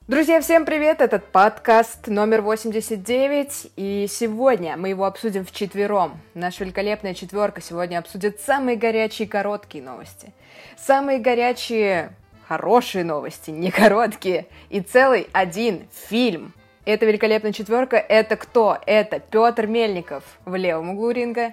Друзья, всем привет! Этот подкаст номер 89, и сегодня мы его обсудим вчетвером. Наша великолепная четверка сегодня обсудит самые горячие короткие новости, самые горячие хорошие новости, не короткие, и целый один фильм. Эта великолепная четверка — это кто? Это Петр Мельников в левом углу ринга.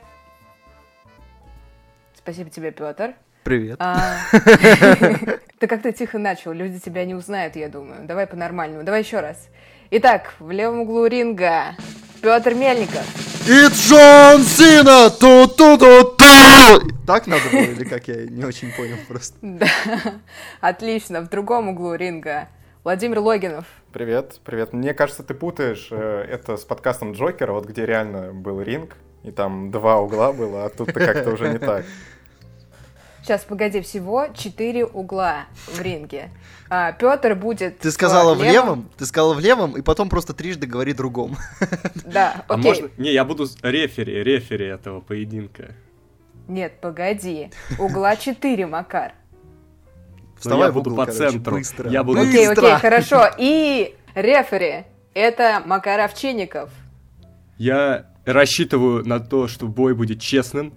Спасибо тебе, Петр. Привет. Ты как-то тихо начал, люди тебя не узнают, я думаю. Давай по-нормальному, давай еще раз. Итак, в левом углу ринга Петр Мельников. И Джон Сина! Ту-ту-ту-ту! Так надо было или как? Я не очень понял просто. Да, отлично. В другом углу ринга Владимир Логинов. Привет, привет. Мне кажется, ты путаешь это с подкастом Джокера, вот где реально был ринг, и там два угла было, а тут-то как-то уже не так. Сейчас, погоди, всего 4 угла в ринге. Петр будет... Ты сказала в левом? Ты сказала в левом, и потом просто трижды говори другом. Да, окей. А можно... Не, я буду рефери этого поединка. Нет, погоди. Угла 4, Макар. Вставай я в буду угол, по короче, центру. быстро. Я буду... Окей, хорошо. И рефери — это Макар Овчинников. Я рассчитываю на то, что бой будет честным,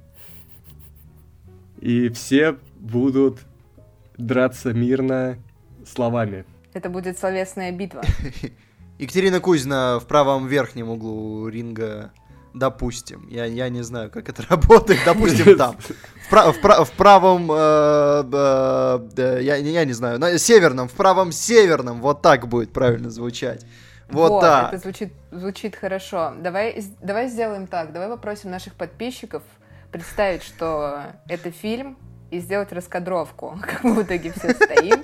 и все будут драться мирно словами. Это будет словесная битва. Екатерина Кузьина в правом верхнем углу ринга, допустим. Я не знаю, как это работает. Допустим, там. В правом... Я не знаю. На северном. В правом северном. Вот так будет правильно звучать. Вот так. Это звучит хорошо. Давай сделаем так. Давай попросим наших подписчиков представить, что это фильм, и сделать раскадровку, как мы в итоге все стоим.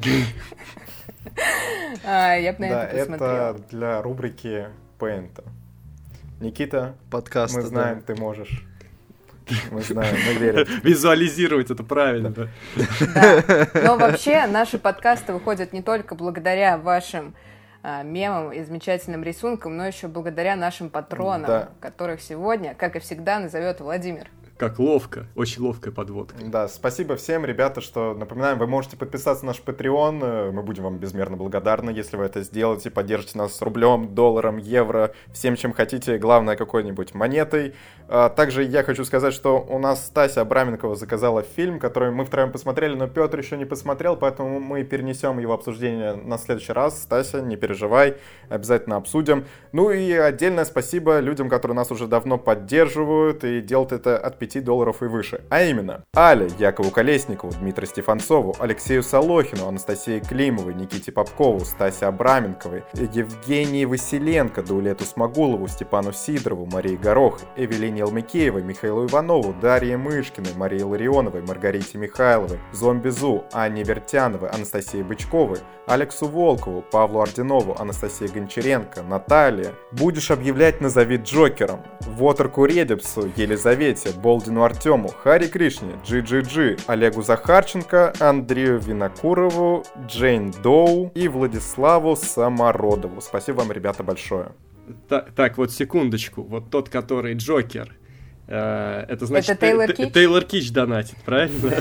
Я бы на это посмотрела. Это для рубрики Пейнта. Никита, подкаст. Мы знаем, ты можешь. Мы знаем, мы верим. Визуализировать это правильно, да. Да. Но вообще наши подкасты выходят не только благодаря вашим мемам и замечательным рисункам, но еще благодаря нашим патронам, да, которых сегодня, как и всегда, назовет Владимир. Как ловко, очень ловкая подводка. Да, спасибо всем, ребята, что, напоминаем, вы можете подписаться на наш Patreon, мы будем вам безмерно благодарны, если вы это сделаете, поддержите нас рублем, долларом, евро, всем, чем хотите, главное, какой-нибудь монетой. Также я хочу сказать, что у нас Стася Абраменкова заказала фильм, который мы втроем посмотрели, но Петр еще не посмотрел, поэтому мы перенесем его обсуждение на следующий раз. Стася, не переживай, обязательно обсудим. Ну и отдельное спасибо людям, которые нас уже давно поддерживают и делают это от $5 и выше. А именно, Але, Якову Колесникову, Дмитрию Стефанцову, Алексею Солохину, Анастасии Климовой, Никите Попкову, Стасе Абраменковой, Евгении Василенко, Даулету Смагулову, Степану Сидорову, Марии Горох, Эвелине Алмикеевой, Михаилу Иванову, Дарье Мышкиной, Марии Ларионовой, Маргарите Михайловой, Зомбизу, Анне Вертяновой, Анастасии Бычковой, Алексу Волкову, Павлу Орденову, Анастасии Гончаренко, Наталье. Будешь объявлять, назови Джокером, Вотерку Редепсу, Елизавете, Болдину Артему, Хари Кришне, GGG, Олегу Захарченко, Андрею Винокурову, Джейн Доу и Владиславу Самородову. Спасибо вам, ребята, большое. Так, вот секундочку. Вот тот, который Джокер, это значит Тейлор Кич донатит, правильно?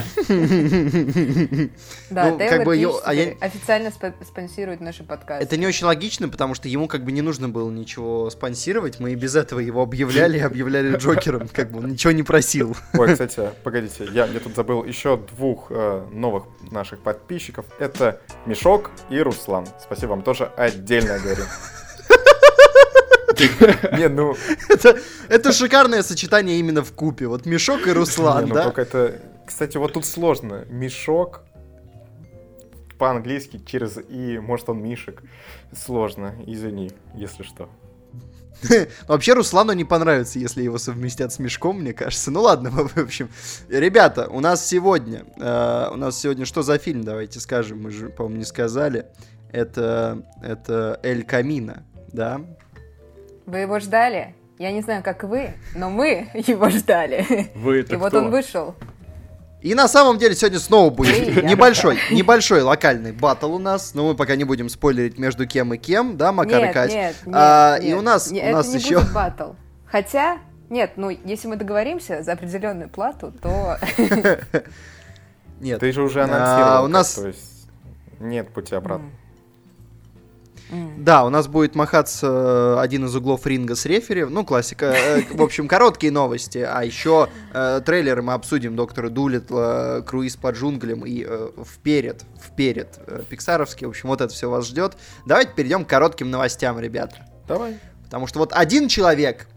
Да, Тейлор Кич официально спонсирует наши подкасты. Это не очень логично, потому что ему как бы не нужно было ничего спонсировать. Мы и без этого его объявляли Джокером, как бы он ничего не просил. Ой, кстати, погодите, я тут забыл еще двух новых наших подписчиков. Это Мишок и Руслан. Спасибо вам тоже отдельно говорю. Не, ну... Это шикарное сочетание именно в купе. Вот Мишок и Руслан, да? Только это... Кстати, вот тут сложно. Мишок по-английски через «и», может, он Мишек. Сложно, извини, если что. Вообще Руслану не понравится, если его совместят с Мишком, мне кажется. Ну ладно, в общем. Ребята, у нас сегодня что за фильм, давайте скажем. Мы же, по-моему, не сказали. Это «Эль Камино», да? Вы его ждали? Я не знаю, как вы, но мы его ждали. Вы-то И вот кто? он вышел. И на самом деле сегодня снова будет небольшой локальный баттл у нас, но мы пока не будем спойлерить между кем и кем, да, Макар и Кать? Нет. И у нас еще... будет баттл. Хотя, нет, ну, если мы договоримся за определенную плату, то... Нет. Ты же уже анонсировал, у нас... то есть нет пути обратно. Да, у нас будет махаться один из углов ринга с рефери. Ну, классика. В общем, короткие новости. А еще трейлеры мы обсудим Доктора Дулиттла, Круиз по джунглям и вперед, пиксаровский. В общем, вот это все вас ждет. Давайте перейдем к коротким новостям, ребята. Давай. Потому что вот один человек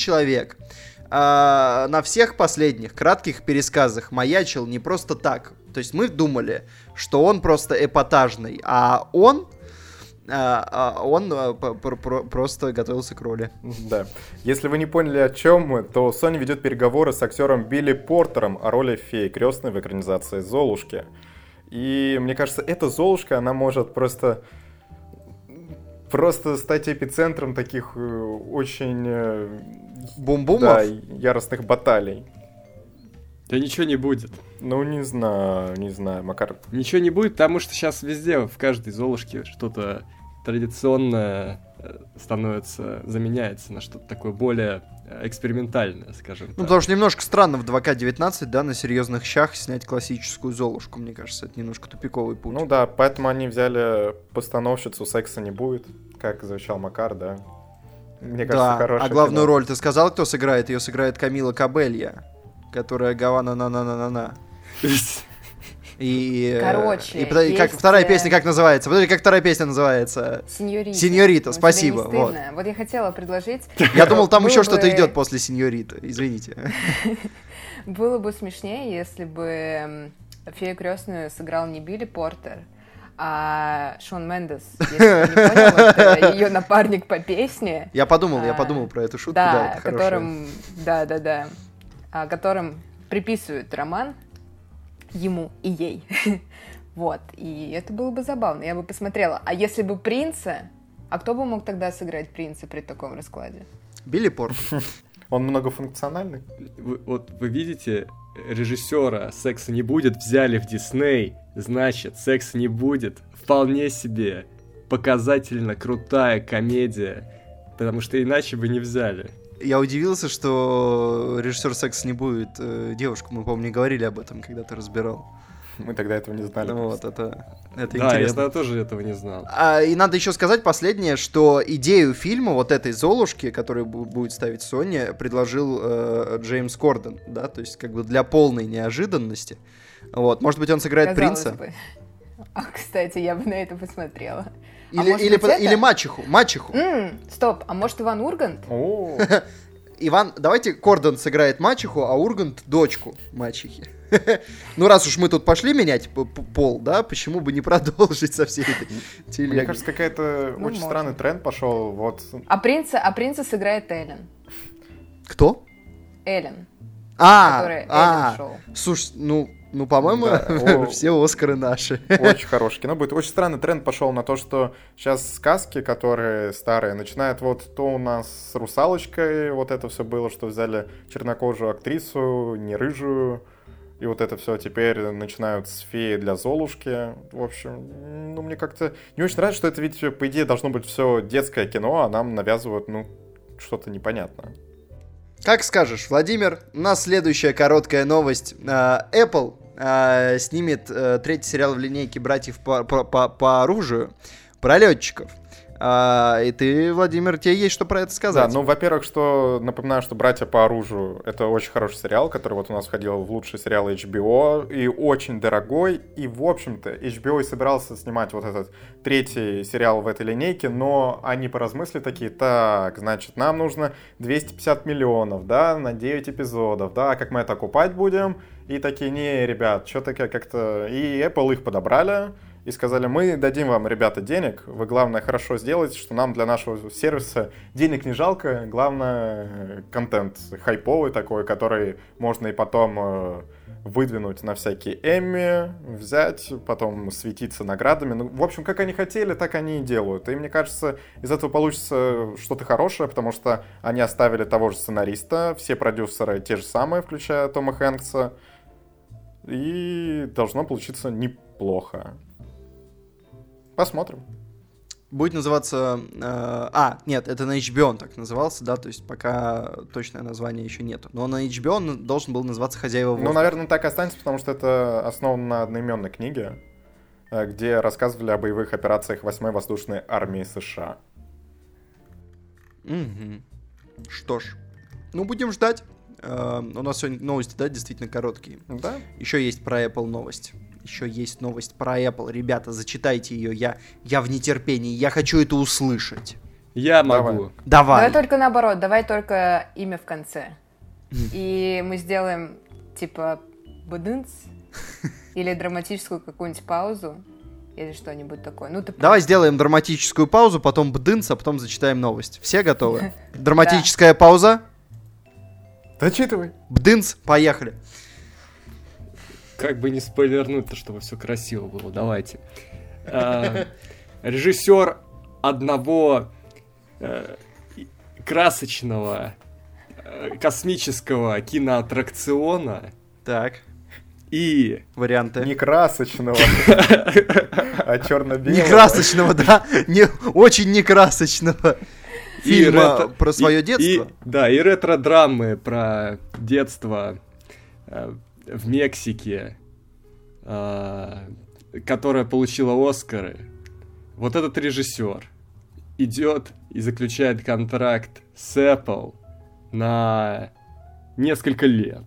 на всех последних кратких пересказах маячил не просто так. То есть мы думали, что он просто эпатажный, а он просто готовился к роли. Да. Если вы не поняли, о чем мы, то Sony ведет переговоры с актером Билли Портером о роли феи крестной в экранизации «Золушки». И мне кажется, эта Золушка, она может просто стать эпицентром таких очень бум-бумов? Да, яростных баталий. Да ничего не будет. Ну, не знаю, Макар. Ничего не будет, потому что сейчас везде, в каждой Золушке что-то традиционное заменяется на что-то такое более экспериментальное, скажем так. Ну, потому что немножко странно в 2К19, да, на серьезных щах снять классическую Золушку, мне кажется, это немножко тупиковый путь. Ну да, поэтому они взяли постановщицу «Секса не будет», как завещал Макар, да. Мне кажется, да, хорошая. А главную роль ты сказал, кто сыграет? Ее сыграет Камила Кабелья, которая Гавана на-на-на-на-на. Короче, и как вторая песня как называется? Подожди, как вторая песня называется? Синьорита, спасибо. Вот я хотела предложить. Я думал, там еще что-то идет после Синьорита. Извините. Было бы смешнее, если бы фею крестную сыграл не Билли Портер, а Шон Мендес. Если ты не понял, это ее напарник по песне. Я подумал про эту шутку. Да, которым приписывают роман ему и ей. Вот. И это было бы забавно. Я бы посмотрела. А если бы принца... А кто бы мог тогда сыграть принца при таком раскладе? Билли Портер. Он многофункциональный. Вот вы видите, режиссера «Секса не будет» взяли в Дисней. Значит, «Секса не будет» вполне себе показательно крутая комедия. Потому что иначе бы не взяли. Я удивился, что режиссер «Секса не будет» девушку. Мы, по-моему, не говорили об этом, когда ты разбирал. Мы тогда этого не знали. Вот, это да, интересно. Я тоже этого не знал. И надо еще сказать последнее, что идею фильма, вот этой Золушки, которую будет ставить Sony, предложил Джеймс Корден, да, то есть как бы для полной неожиданности. Вот, может быть, он сыграет принца. Бы. Кстати, я бы на это посмотрела. Или мачеху. Стоп, а может Иван Ургант? Давайте Кордон сыграет мачеху, а Ургант дочку мачехи. Ну, раз уж мы тут пошли менять пол, да, почему бы не продолжить со всей этой телегой? Мне кажется, какой-то очень странный тренд пошел. Вот. А принца сыграет Эллен. Кто? Эллен. Эллен шоу. Слушай, ну, по-моему, все Оскары наши. Очень хорошее кино будет. Очень странный тренд пошел на то, что сейчас сказки, которые старые, начинают вот то у нас с «Русалочкой», вот это все было, что взяли чернокожую актрису, не рыжую, и вот это все теперь начинают с «Феи для Золушки». В общем, мне как-то не очень нравится, что это ведь, по идее, должно быть все детское кино, а нам навязывают, что-то непонятное. Как скажешь, Владимир. У нас следующая короткая новость. Apple снимет третий сериал в линейке братьев по оружию про летчиков. И ты, Владимир, тебе есть что про это сказать? Да, во-первых, напоминаю, что «Братья по оружию» — это очень хороший сериал, который вот у нас входил в лучший сериал HBO, и очень дорогой, и, в общем-то, HBO и собирался снимать вот этот третий сериал в этой линейке, но они поразмыслили такие: так, значит, нам нужно 250 миллионов, да, на 9 эпизодов, да, как мы это окупать будем? И такие: не, ребят, что-то как-то... И Apple их подобрали, и сказали: мы дадим вам, ребята, денег, вы, главное, хорошо сделайте, что нам для нашего сервиса денег не жалко, главное, контент хайповый такой, который можно и потом выдвинуть на всякие Эмми, взять, потом светиться наградами. В общем, как они хотели, так они и делают. И мне кажется, из этого получится что-то хорошее, потому что они оставили того же сценариста, все продюсеры те же самые, включая Тома Хэнкса, и должно получиться неплохо. Посмотрим. Будет называться... нет, это на HBO он так назывался, да, то есть пока точное название еще нету. Но на HBO он должен был называться «Хозяева воздуха». Наверное, так и останется, потому что это основано на одноименной книге. где рассказывали о боевых операциях 8-й воздушной армии США. Что ж, ну будем ждать. У нас сегодня новости, да, действительно короткие. Да? Еще есть про Apple новость. Еще есть новость про Apple. Ребята, зачитайте ее. Я в нетерпении. Я хочу это услышать. Я могу. Давай. Давай только наоборот, давай только имя в конце. И мы сделаем, типа, бадынц или драматическую какую-нибудь паузу, или что-нибудь такое. Ну, ты Давай сделаем драматическую паузу, потом бдынц, а потом зачитаем новость. Все готовы? Драматическая пауза. Дочитывай. Бдынц, поехали. Как бы не спойлернуть-то, чтобы все красиво было. Давайте. Режиссер одного красочного космического киноаттракциона Так, и варианты. Не красочного, а черно-белого. Не красочного, да? Очень не красочного. Фильма про свое детство. И ретро-драмы про детство в Мексике, которая получила Оскары. Вот этот режиссер идет и заключает контракт с Apple на несколько лет.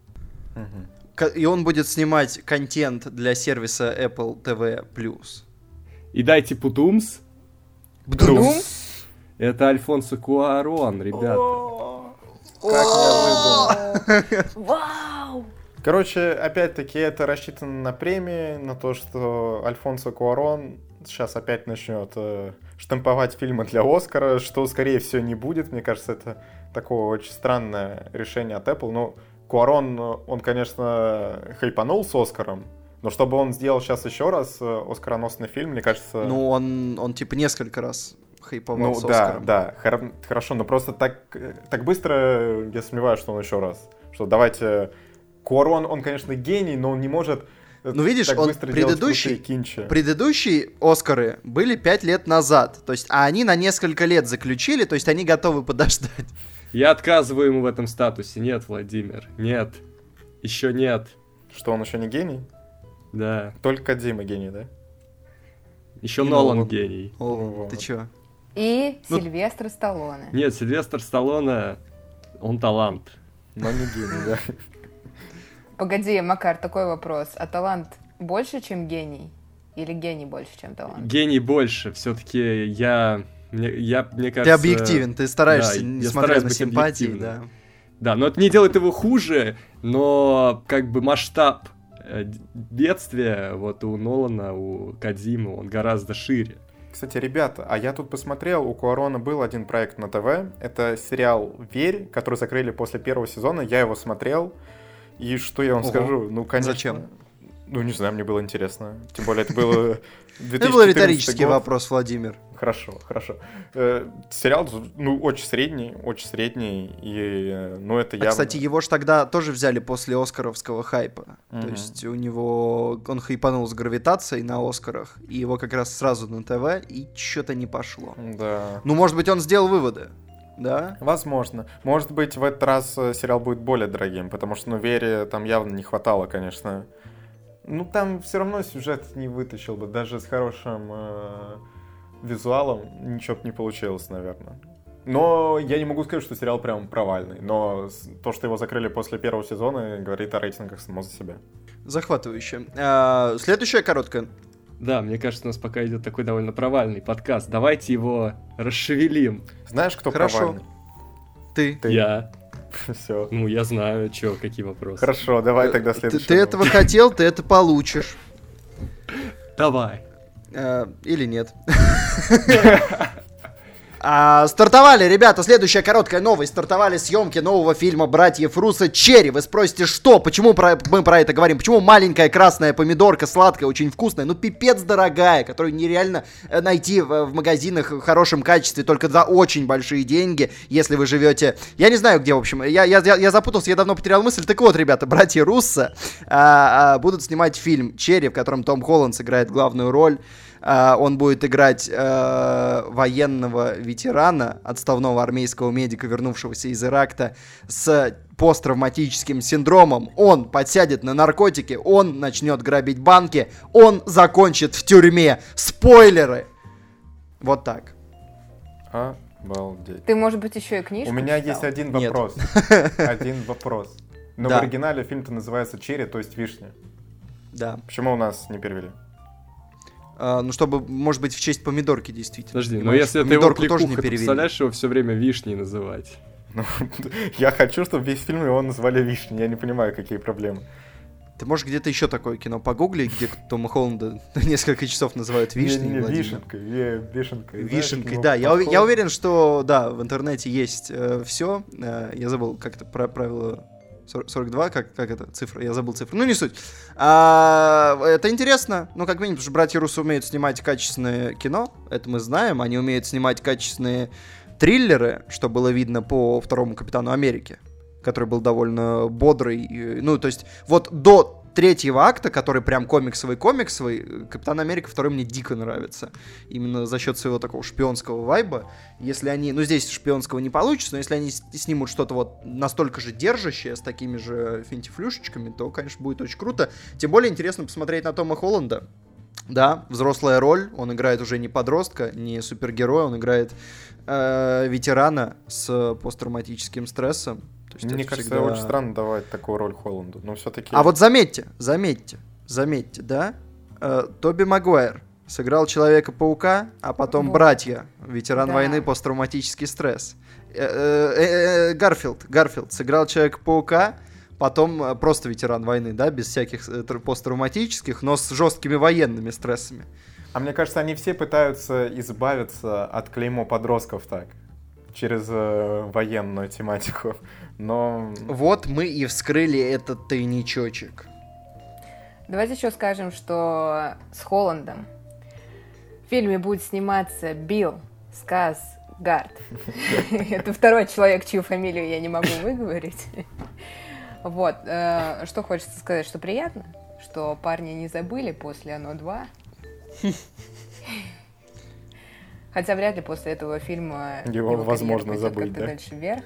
И он будет снимать контент для сервиса Apple TV+. И дайте пудумс. Бдумс. Это Альфонсо Куарон, ребята. Как неожиданно. Вау! Короче, опять-таки, это рассчитано на премии, на то, что Альфонсо Куарон сейчас опять начнет штамповать фильмы для Оскара, что, скорее всего, не будет. Мне кажется, это такое очень странное решение от Apple. Ну, Куарон, он, конечно, хайпанул с Оскаром, но чтобы он сделал сейчас еще раз оскароносный фильм, мне кажется... Ну, он типа несколько раз хайповал с да, Оскаром. да, хорошо, но просто так быстро я сомневаюсь, что он еще раз. Что давайте... Куарон, он, конечно, гений, но он не может... Ну, видишь, так он быстро делать крутые предыдущие Оскары были 5 лет назад. То есть, а они на несколько лет заключили, то есть они готовы подождать. Я отказываю ему в этом статусе. Нет, Владимир, нет. Еще нет. Что, он еще не гений? Да. Только Дима гений, да? Еще И Нолан Нолан. гений. О, ты чё? И Ну- Сильвестр Сталлоне. Нет, Сильвестр Сталлоне, он талант. Но не гений, да. Погоди, Макар, такой вопрос. А талант больше, чем гений? Или гений больше, чем талант? Гений больше. Все-таки мне кажется... Ты объективен, ты стараешься, да, я несмотря стараюсь на быть симпатии, объективным. да. Да, но это не делает его хуже, но как бы масштаб бедствия вот у Нолана, у Кодзимы, он гораздо шире. Кстати, ребята, а я тут посмотрел, у Куарона был один проект на ТВ. Это сериал «Верь», который закрыли после первого сезона. Я его смотрел. И что я вам Ого. скажу? Ну, конечно... Зачем? Ну, не знаю, мне было интересно. Тем более, это было 2014 Это был риторический год. вопрос, Владимир. Хорошо. Сериал, ну, очень средний, и, ну, это явно... Кстати, его ж тогда тоже взяли после оскаровского хайпа. То есть у него... Он хайпанул с «Гравитацией» на Оскарах, и его как раз сразу на ТВ, и что-то не пошло. Да. Ну, может быть, он сделал выводы, да? Возможно. Может быть, в этот раз сериал будет более дорогим, потому что, ну, Вере там явно не хватало, конечно. Ну, там все равно сюжет не вытащил бы, даже с хорошим визуалом ничего бы не получилось, наверное. Но я не могу сказать, что сериал прям провальный, но то, что его закрыли после первого сезона, говорит о рейтингах само за себя. Захватывающе. Следующая короткая. Да, мне кажется, у нас пока идет такой довольно провальный подкаст. Давайте его расшевелим. Знаешь, кто Хорошо. провальный? Ты. Я. Все. Ну, я знаю, какие вопросы. Хорошо, давай тогда следующий. Ты этого хотел, ты это получишь. Давай. Или нет. Стартовали, ребята, следующая короткая новость. Стартовали съемки нового фильма братьев Руссо «Черри». Вы спросите, что? Почему мы про это говорим? Почему маленькая красная помидорка, сладкая, очень вкусная, ну пипец дорогая, которую нереально найти в магазинах в хорошем качестве, только за очень большие деньги, если вы живете... Я не знаю, где, в общем, я запутался, я давно потерял мысль. Так вот, ребята, братья Руссо будут снимать фильм «Черри», в котором Том Холланд сыграет главную роль. Он будет играть военного ветерана, отставного армейского медика, вернувшегося из Ирака, с посттравматическим синдромом, он подсядет на наркотики, он начнет грабить банки, он закончит в тюрьме. Спойлеры! Вот так. Обалдеть. Ты, может быть, еще и книжку У меня читал? есть один Нет. вопрос. Один вопрос. Но Да. в оригинале фильм-то называется «Черри», то есть «Вишня». Да. Почему у нас не перевели? Ну, чтобы, может быть, в честь помидорки действительно. Подожди, но Понимаешь, если это его помидорку тоже кликуха, не ты перевели. представляешь его все время вишней называть? Ну, я хочу, чтобы весь фильм его назвали «Вишня». Я не понимаю, какие проблемы. Ты можешь где-то еще такое кино погугли, где Тома Холланда несколько часов называют вишней. Не, Владимир. вишенкой, вишенкой. Вишенкой, Знаешь, да. ну, Я подход. уверен, что да, в интернете есть все. Я забыл, как это правило 42, как это цифра? Я забыл цифру. Ну, не суть. Это интересно. Ну, как минимум, потому что братья Руссо умеют снимать качественное кино. Это мы знаем. Они умеют снимать качественные триллеры, что было видно по второму Капитану Америки, который был довольно бодрый. Ну, то есть, вот до третьего акта, который прям комиксовый, Капитан Америка второй мне дико нравится. Именно за счет своего такого шпионского вайба. Если они, ну здесь шпионского не получится, но если они снимут что-то вот настолько же держащее, с такими же финтифлюшечками, то, конечно, будет очень круто. Тем более интересно посмотреть на Тома Холланда. Да, взрослая роль, он играет уже не подростка, не супергероя, он играет ветерана с посттравматическим стрессом. То есть Мне это кажется, всегда очень странно давать такую роль Холланду, но все-таки... А вот заметьте, да, Тоби Магуайр сыграл Человека-паука, а потом Вот. братья, ветеран Да. войны, посттравматический стресс. Гарфилд сыграл Человека-паука, потом просто ветеран войны, да, без всяких посттравматических, но с жесткими военными стрессами. А мне кажется, они все пытаются избавиться от клеймо подростков так, через военную тематику, но... Вот мы и вскрыли этот тайничочек. Давайте еще скажем, что с Холландом в фильме будет сниматься Билл Скарсгард. Это второй человек, чью фамилию я не могу выговорить. Вот. Что хочется сказать, что приятно, что парни не забыли после «Оно 2». Хотя вряд ли после этого фильма Его возможно карьера пойдет забыть, как-то да? дальше вверх.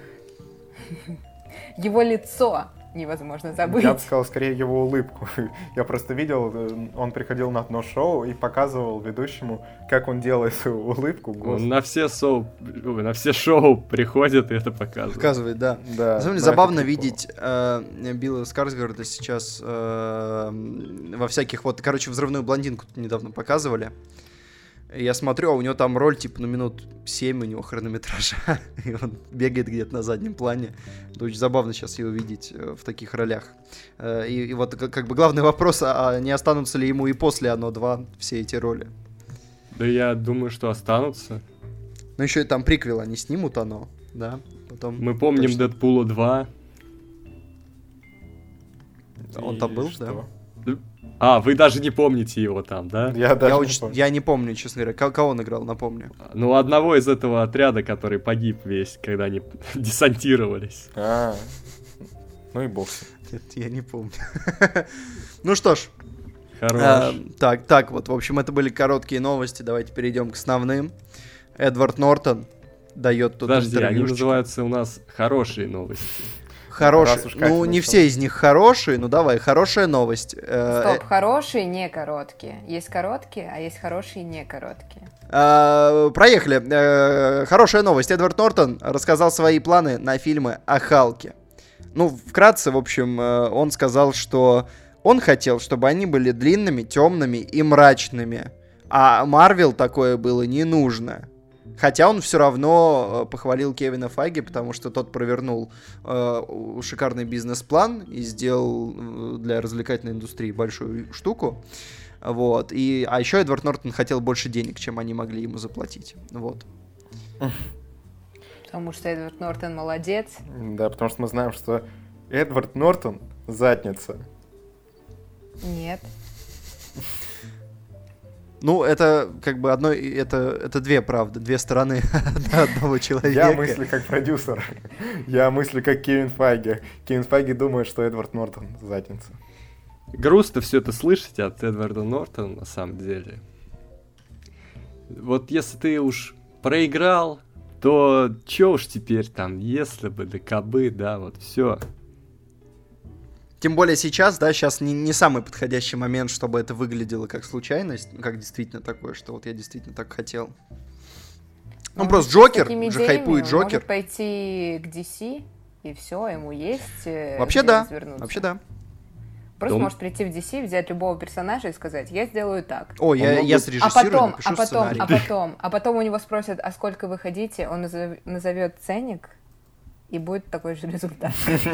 Его лицо невозможно забыть. Я бы сказал, скорее его улыбку. Я просто видел, он приходил на одно шоу и показывал ведущему, как он делает свою улыбку. Он Господи. на все шоу приходит и это показывает. Показывает, да. Да, На самом деле но забавно это прикол. видеть Билла Скарсгарда сейчас во всяких вот, короче, «Взрывную блондинку» тут недавно показывали. И я смотрю, а у него там роль типа минут 7 у него хронометража. И он бегает где-то на заднем плане. Это очень забавно сейчас его видеть в таких ролях. И вот как бы главный вопрос, а не останутся ли ему и после «Оно 2» все эти роли? Да я думаю, что останутся. Ну еще и там приквел они снимут «Оно», да? Потом Мы помним точно. Дэдпула 2. Он И там был, что? А, вы даже не помните его там, да? Я даже не очень, помню. я не помню, честно говоря. Кого он играл, напомню. Ну, одного из этого отряда, который погиб весь, когда они десантировались. Ну и бог с ним. Нет, я не помню. Ну что ж, Хорош. так вот, в общем, это были короткие новости. Давайте перейдем к основным. Эдвард Нортон дает тут Подожди, они интервьюшечку. называются у нас хорошие новости. Хорошие. Раз уж Катя Ну, не начала. все из них хорошие, ну давай, хорошая новость. Стоп, хорошие, не короткие. Есть короткие, а есть хорошие, не короткие. Проехали. Хорошая новость. Эдвард Нортон рассказал свои планы на фильмы о Халке. Ну, вкратце, в общем, он сказал, что он хотел, чтобы они были длинными, темными и мрачными. А Марвел такое было не нужно. Хотя он все равно похвалил Кевина Файги, потому что тот провернул шикарный бизнес-план и сделал для развлекательной индустрии большую штуку. Вот. А еще Эдвард Нортон хотел больше денег, чем они могли ему заплатить. Вот. Потому что Эдвард Нортон молодец. Да, потому что мы знаем, что Эдвард Нортон задница. Нет. Ну, это как бы это две правды, две стороны одного человека. Я мыслю как продюсер. Я мыслю как Кевин Файги. Кевин Файги думает, что Эдвард Нортон задница. Грустно все это слышать от Эдварда Нортона, на самом деле. Вот если ты уж проиграл, то чё уж теперь там, если бы, да кабы, да, вот все. Тем более сейчас, да, сейчас не самый подходящий момент, чтобы это выглядело как случайность, как действительно такое, что вот я действительно так хотел. Ну, просто Джокер, уже хайпует Джокер. Он может пойти к DC, и все, ему есть вообще где да, развернуться. вообще да. Просто может прийти в DC, взять любого персонажа и сказать, я сделаю так. О, я срежиссирую, напишу сценарий. А потом у него спросят, а сколько вы хотите, он назовет ценник, и будет такой же результат.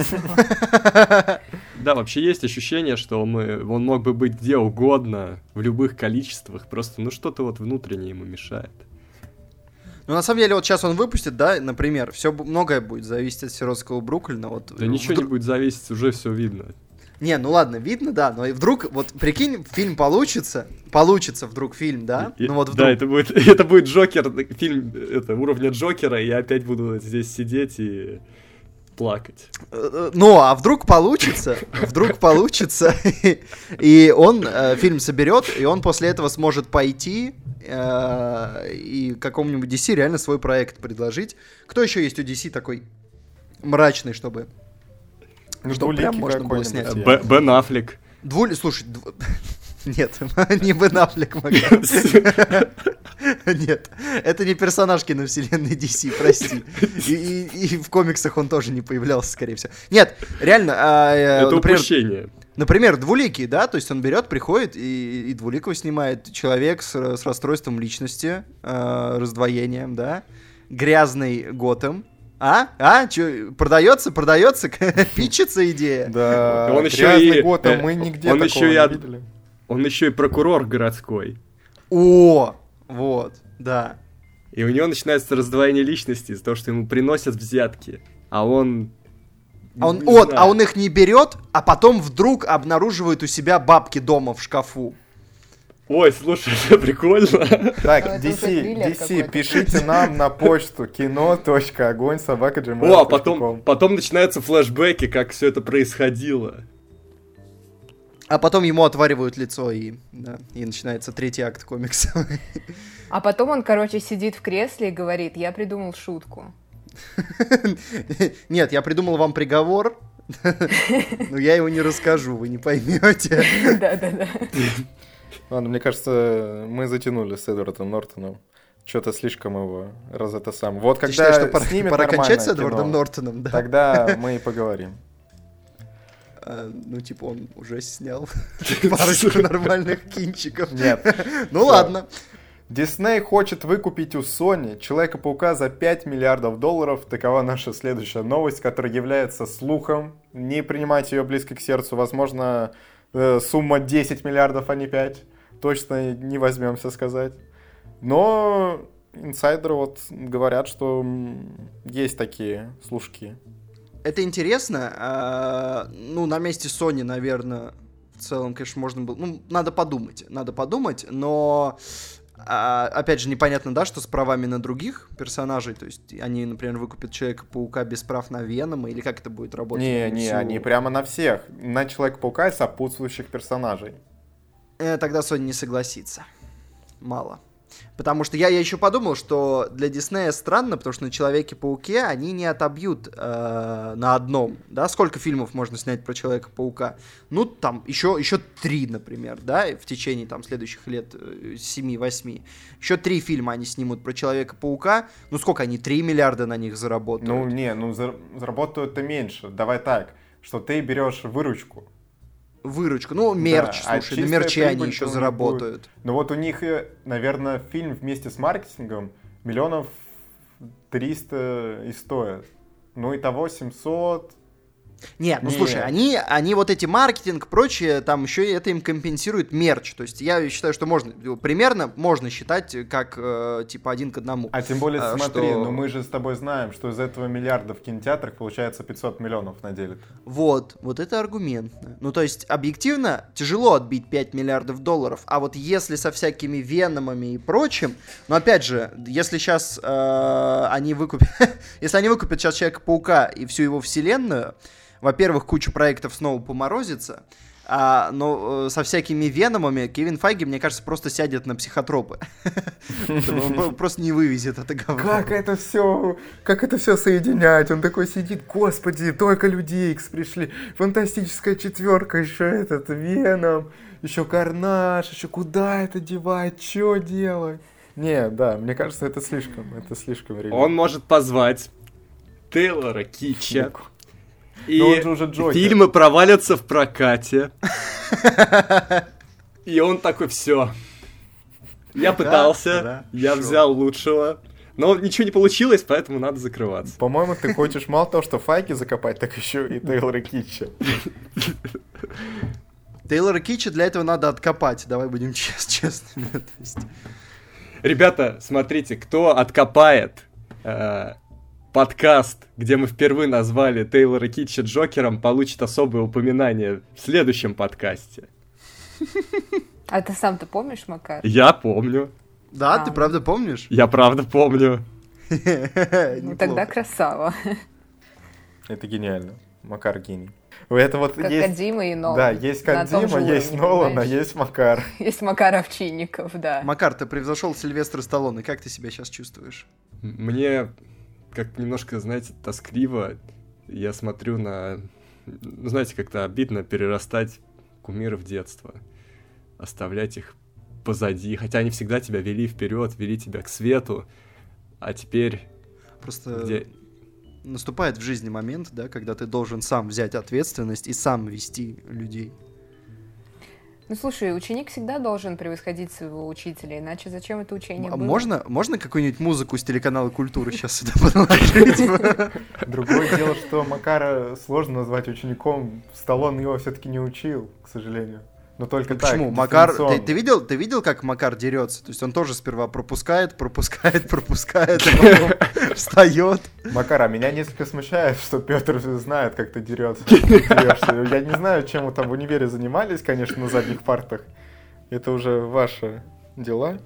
Да, вообще есть ощущение, что он мог бы быть где угодно, в любых количествах, просто ну что-то вот внутреннее ему мешает. Ну, на самом деле, вот сейчас он выпустит, да, например, многое будет зависеть от сиротского Бруклина. Вот, да ничего не будет зависеть, уже все видно. Не, ну ладно, видно, да, но вдруг, вот прикинь, фильм получится вдруг фильм, да? Ну вот вдруг. Да, это будет Джокер, фильм уровня Джокера, и я опять буду здесь сидеть и плакать. Ну, а вдруг получится, и он фильм соберет, и он после этого сможет пойти и какому-нибудь DC реально свой проект предложить. Кто еще есть у DC такой мрачный, чтобы прям можно было снять? Бен Аффлек. Слушай, нет, не Бен Аффлек. Нет, это не персонаж киновселенной DC, прости. И в комиксах он тоже не появлялся, скорее всего. Нет, реально... Это упущение. Например, Двуликий, да, то есть он берет, приходит и Двуликого снимает человек с расстройством личности, раздвоением, да, грязный Готэм. Чё, продается, питчится идея. Да, он грязный Готэм, мы нигде такого не видели. Он еще и прокурор городской. О, вот, да. И у него начинается раздвоение личности из-за того, что ему приносят взятки, а он их не берет, а потом вдруг обнаруживает у себя бабки дома в шкафу. Ой, слушай, это прикольно. Так, DC, пишите нам на почту kino.огонь@gmail.com. О, а потом начинаются флешбеки, как все это происходило. А потом ему отваривают лицо, и начинается третий акт комикса. А потом он, сидит в кресле и говорит, я придумал шутку. Нет, я придумал вам приговор, но я его не расскажу, вы не поймете. Да. Ладно, мне кажется, мы затянули с Эдвардом Нортоном. Что-то слишком его Вот когда считаешь, что пора кончать с кино, Эдвардом Нортоном, да? Тогда мы и поговорим. Ну, типа, он уже снял парочку нормальных кинчиков. Нет. Ну, ладно. Дисней хочет выкупить у Sony Человека-паука за $5 миллиардов. Такова наша следующая новость, которая является слухом. Не принимайте ее близко к сердцу. Возможно, сумма 10 миллиардов, а не 5. Точно не возьмемся сказать. Но инсайдеры говорят, что есть такие слушки. Это интересно. На месте Sony, наверное, в целом, конечно, можно было... надо подумать, но... опять же, непонятно, да, что с правами на других персонажей, то есть они, например, выкупят Человека-паука без прав на Венома, или как это будет работать? Не, они прямо на всех, на Человека-паука и сопутствующих персонажей. Тогда Sony не согласится. Мало. Потому что я еще подумал, что для Диснея странно, потому что на Человеке-пауке они не отобьют на одном, да, сколько фильмов можно снять про Человека-паука? Ну, там, еще 3, например, да, в течение, там, следующих лет 7-8. Еще 3 фильма они снимут про Человека-паука, ну, сколько они, 3 миллиарда на них заработают? Заработают-то меньше, давай так, что ты берешь выручку, мерч, слушай, на мерче они еще заработают. Будет. Но у них, наверное, фильм вместе с маркетингом 300 000 и стоит. Итого 700. Нет, слушай, они эти маркетинг, прочее, там еще это им компенсирует мерч. То есть я считаю, что примерно можно считать как типа 1 к 1. А тем более, смотри, мы же с тобой знаем, что из этого миллиарда в кинотеатрах получается 500 миллионов на деле. Вот это аргументно. То есть объективно тяжело отбить $5 миллиардов, а вот если со всякими Веномами и прочим, но опять же, если сейчас они выкупят сейчас Человека-паука и всю его вселенную, во-первых, куча проектов снова поморозится, Но со всякими Веномами Кевин Файги, мне кажется, просто сядет на психотропы. Он просто не вывезет это говно. Как это все соединять? Он такой сидит, господи, только Люди Икс пришли, Фантастическая четверка, еще этот Веном, еще Карнаж, еще куда это девать, что делать? Не, да, мне кажется, это слишком религиозно. Он может позвать Тейлора Китча. И уже фильмы провалятся в прокате. И он такой, все. Я пытался, я взял лучшего. Но ничего не получилось, поэтому надо закрываться. По-моему, ты хочешь мало того, что Файги закопать, так еще и Тейлора Китча. Тейлора Китча для этого надо откопать. Давай будем честными. Ребята, смотрите, кто откопает подкаст, где мы впервые назвали Тейлора Китча Джокером, получит особое упоминание в следующем подкасте. А ты сам-то помнишь, Макар? Я помню. Да, ты правда помнишь? Я правда помню. Ну тогда красава. Это гениально. Макар гений. Это вот как есть... Кодзима и Нолан. Да, есть Кодзима, есть Нолан, а есть Макар. Есть Макар Овчинников, да. Макар, ты превзошел Сильвестра Сталлоне. Как ты себя сейчас чувствуешь? Мне как немножко, знаете, тоскливо. Я смотрю на... Ну, знаете, как-то обидно перерастать кумиров детства. Оставлять их позади. Хотя они всегда тебя вели вперед, вели тебя к свету. А теперь... Просто наступает в жизни момент, да, когда ты должен сам взять ответственность и сам вести людей. Ну, слушай, ученик всегда должен превосходить своего учителя, иначе зачем это учение было? Можно какую-нибудь музыку с телеканала «Культура» сейчас сюда подложить? Другое дело, что Макара сложно назвать учеником. Сталлоне его все-таки не учил, к сожалению. Но только так. Почему? Макар, ты видел, как Макар дерется? То есть он тоже сперва пропускает, а потом встает. Макар, а меня несколько смущает, что Петр знает, как ты дерешься. Я не знаю, чем вы там в универе занимались, конечно, на задних партах. Это уже ваши дела.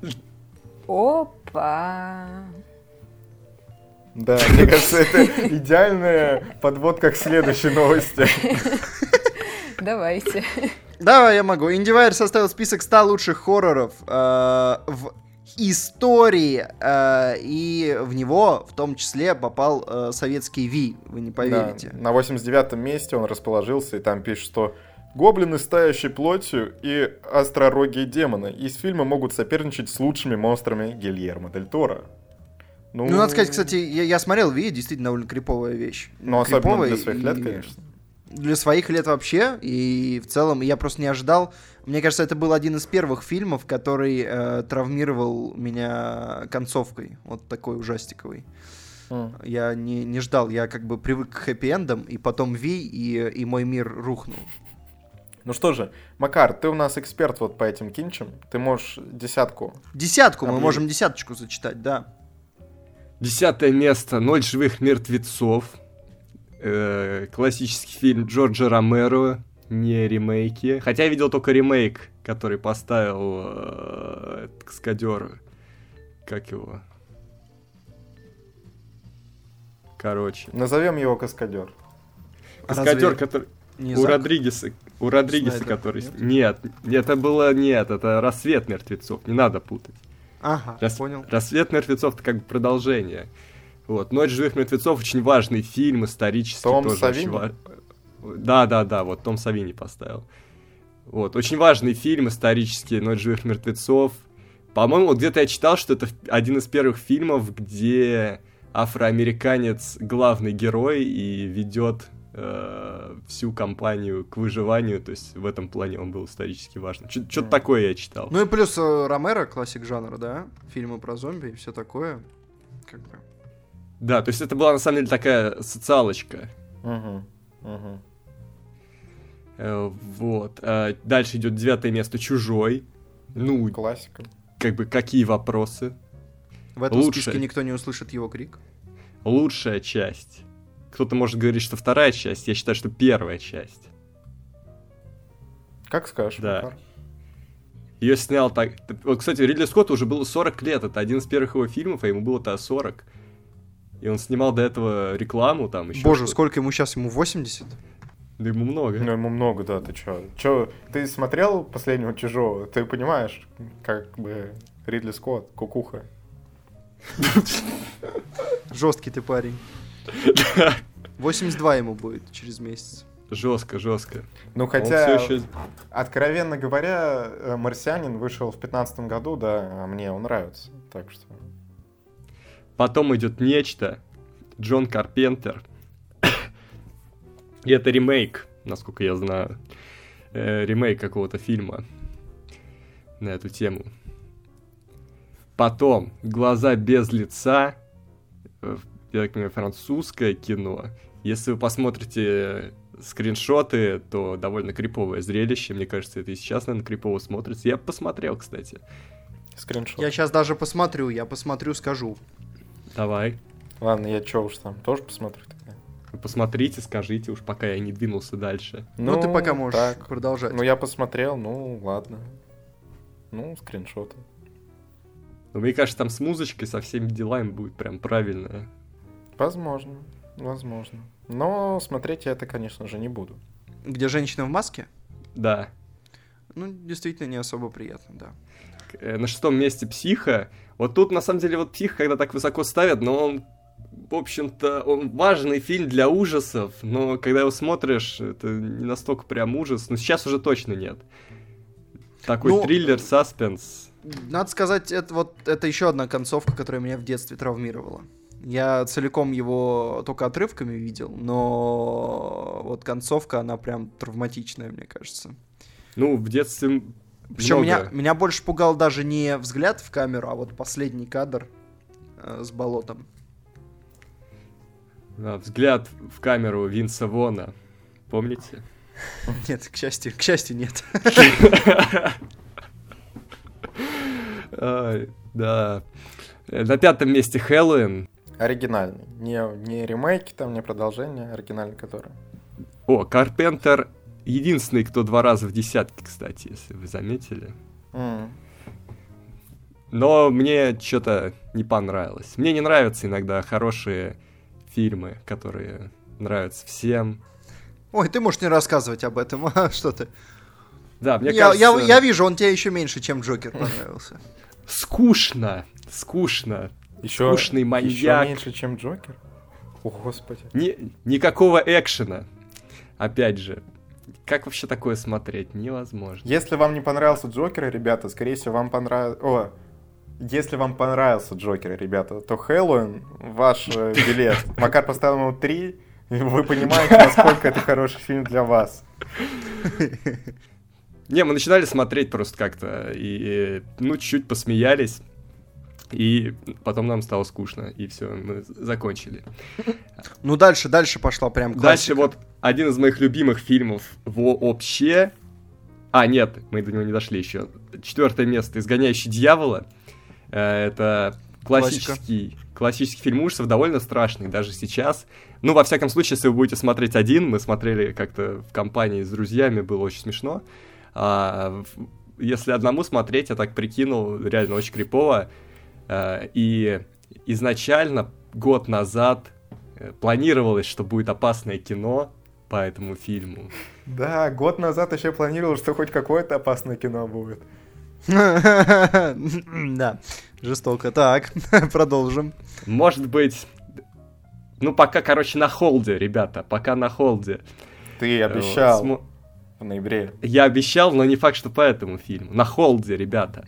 Опа! Да, мне кажется, это идеальная подводка к следующей новости. Давайте. Да, я могу. IndieWire составил список 100 лучших хорроров в истории, и в него в том числе попал советский Ви, вы не поверите. Да, на 89-м месте он расположился, и там пишет, что гоблины с тающей плотью и остророгие демоны из фильма могут соперничать с лучшими монстрами Гильермо Дель Торо. Ну, надо сказать, кстати, я смотрел Ви, действительно довольно криповая вещь. Ну, особенно для своих лет, конечно. Для своих лет вообще, и в целом я просто не ожидал. Мне кажется, это был один из первых фильмов, который травмировал меня концовкой, вот такой ужастиковой. Я не ждал, я как бы привык к хэппи-эндам, и потом Ви, и мой мир рухнул. Ну что же, Макар, ты у нас эксперт вот по этим кинчам, ты можешь десятку. Мы можем десяточку зачитать, да. 10 место «Ноль живых мертвецов». Классический фильм Джорджа Ромеро, не ремейки. Хотя я видел только ремейк, который поставил каскадер. Как его? Короче. Назовем его каскадер. Каскадер, который... У Родригеса, который... Нет, это было... Нет, это «Рассвет мертвецов», не надо путать. Ага, понял. «Рассвет мертвецов» — это как бы продолжение. Вот, «Ночь живых мертвецов» — очень важный фильм, исторический. Том тоже Савини? Да, вот Том Савини поставил. Вот, очень важный фильм исторический, «Ночь живых мертвецов». По-моему, вот где-то я читал, что это один из первых фильмов, где афроамериканец главный герой и ведет всю компанию к выживанию, то есть в этом плане он был исторически важным. Что-то такое я читал. Ну и плюс Ромеро, классик жанра, да? Фильмы про зомби и все такое. Как бы... Да, то есть это была на самом деле такая социалочка. Вот. Дальше идет 9 место «Чужой». Ну, классика. Как бы какие вопросы? В этом списке никто не услышит его крик. Лучшая часть. Кто-то может говорить, что вторая часть. Я считаю, что первая часть. Как скажешь, да. Макар. Ее снял так... Вот, кстати, Ридли Скотту уже было 40 лет. Это один из первых его фильмов, а ему было-то 40. И он снимал до этого рекламу там еще. Боже, сколько ему сейчас? Ему 80? Да ему много. Ну, ему много, да, ты чё? Чё, ты смотрел «Последнего чужого»? Ты понимаешь, как бы Ридли Скотт, кукуха. Жесткий ты парень. 82 ему будет через месяц. Жестко. Ну, Он хотя, всё ещё- откровенно говоря, «Марсианин» вышел в 15 году, да, а мне он нравится, так что... Потом идет «Нечто», Джон Карпентер. И это ремейк, насколько я знаю. Ремейк какого-то фильма на эту тему. Потом «Глаза без лица», я так понимаю, французское кино. Если вы посмотрите скриншоты, то довольно криповое зрелище. Мне кажется, это и сейчас, наверное, крипово смотрится. Я посмотрел, кстати. Скриншот. Я сейчас даже посмотрю, скажу. Давай. Ладно, я чё уж там, тоже посмотрю тогда. Посмотрите, скажите, уж пока я не двинулся дальше. Ну, ты пока можешь так. продолжать. Ну, я посмотрел, ну, ладно. Ну, скриншоты. Но мне кажется, там с музычкой, со всеми делами будет прям правильно. Возможно. Но смотреть я это, конечно же, не буду. Где женщина в маске? Да. Ну, действительно, не особо приятно, да. На 6-м месте «Психо». Вот тут, на самом деле, вот «Психо», когда так высоко ставят, но он, в общем-то, он важный фильм для ужасов, но когда его смотришь, это не настолько прям ужас. Но сейчас уже точно нет. Такой триллер, саспенс. Надо сказать, это еще одна концовка, которая меня в детстве травмировала. Я целиком его только отрывками видел, но вот концовка, она прям травматичная, мне кажется. Ну, в детстве Причем много... меня больше пугал даже не взгляд в камеру, а вот последний кадр с болотом. Да, взгляд в камеру Винса Вона. Помните? Нет, к счастью, нет. Да. На 5-м месте «Хэллоуин». Оригинальный. Не ремейки, там, не продолжение, оригинальный который. О, Карпентер единственный, кто 2 раза в десятке, кстати, если вы заметили. Но мне что-то не понравилось. Мне не нравятся иногда хорошие фильмы, которые нравятся всем. Ой, ты можешь не рассказывать об этом, а что ты? Да, мне кажется... Я вижу, он тебе еще меньше, чем Джокер понравился. Скучный маньяк. Еще меньше, чем Джокер? О, господи. Никакого экшена. Опять же, как вообще такое смотреть? Невозможно. Если вам не понравился Джокер, ребята, скорее всего, вам понравился... Если вам понравился Джокер, ребята, то Хэллоуин ваш билет. Макар поставил ему 3, и вы понимаете, насколько это хороший фильм для вас. Не, мы начинали смотреть просто как-то, и, чуть-чуть посмеялись, и потом нам стало скучно, и все, мы закончили. Ну, дальше пошла прям классика. Дальше вот один из моих любимых фильмов вообще... нет, мы до него не дошли еще. 4-е место «Изгоняющий дьявола». Это классический фильм ужасов, довольно страшный даже сейчас. Ну, во всяком случае, если вы будете смотреть один, мы смотрели как-то в компании с друзьями, было очень смешно. Если одному смотреть, я так прикинул, реально очень крипово. И изначально, год назад, планировалось, что будет опасное кино по этому фильму. Да, год назад еще планировал, что хоть какое-то опасное кино будет. Да, жестоко. Так, продолжим. Может быть... пока, на холде, ребята, пока на холде. Ты обещал в ноябре. Я обещал, но не факт, что по этому фильму. На холде, ребята.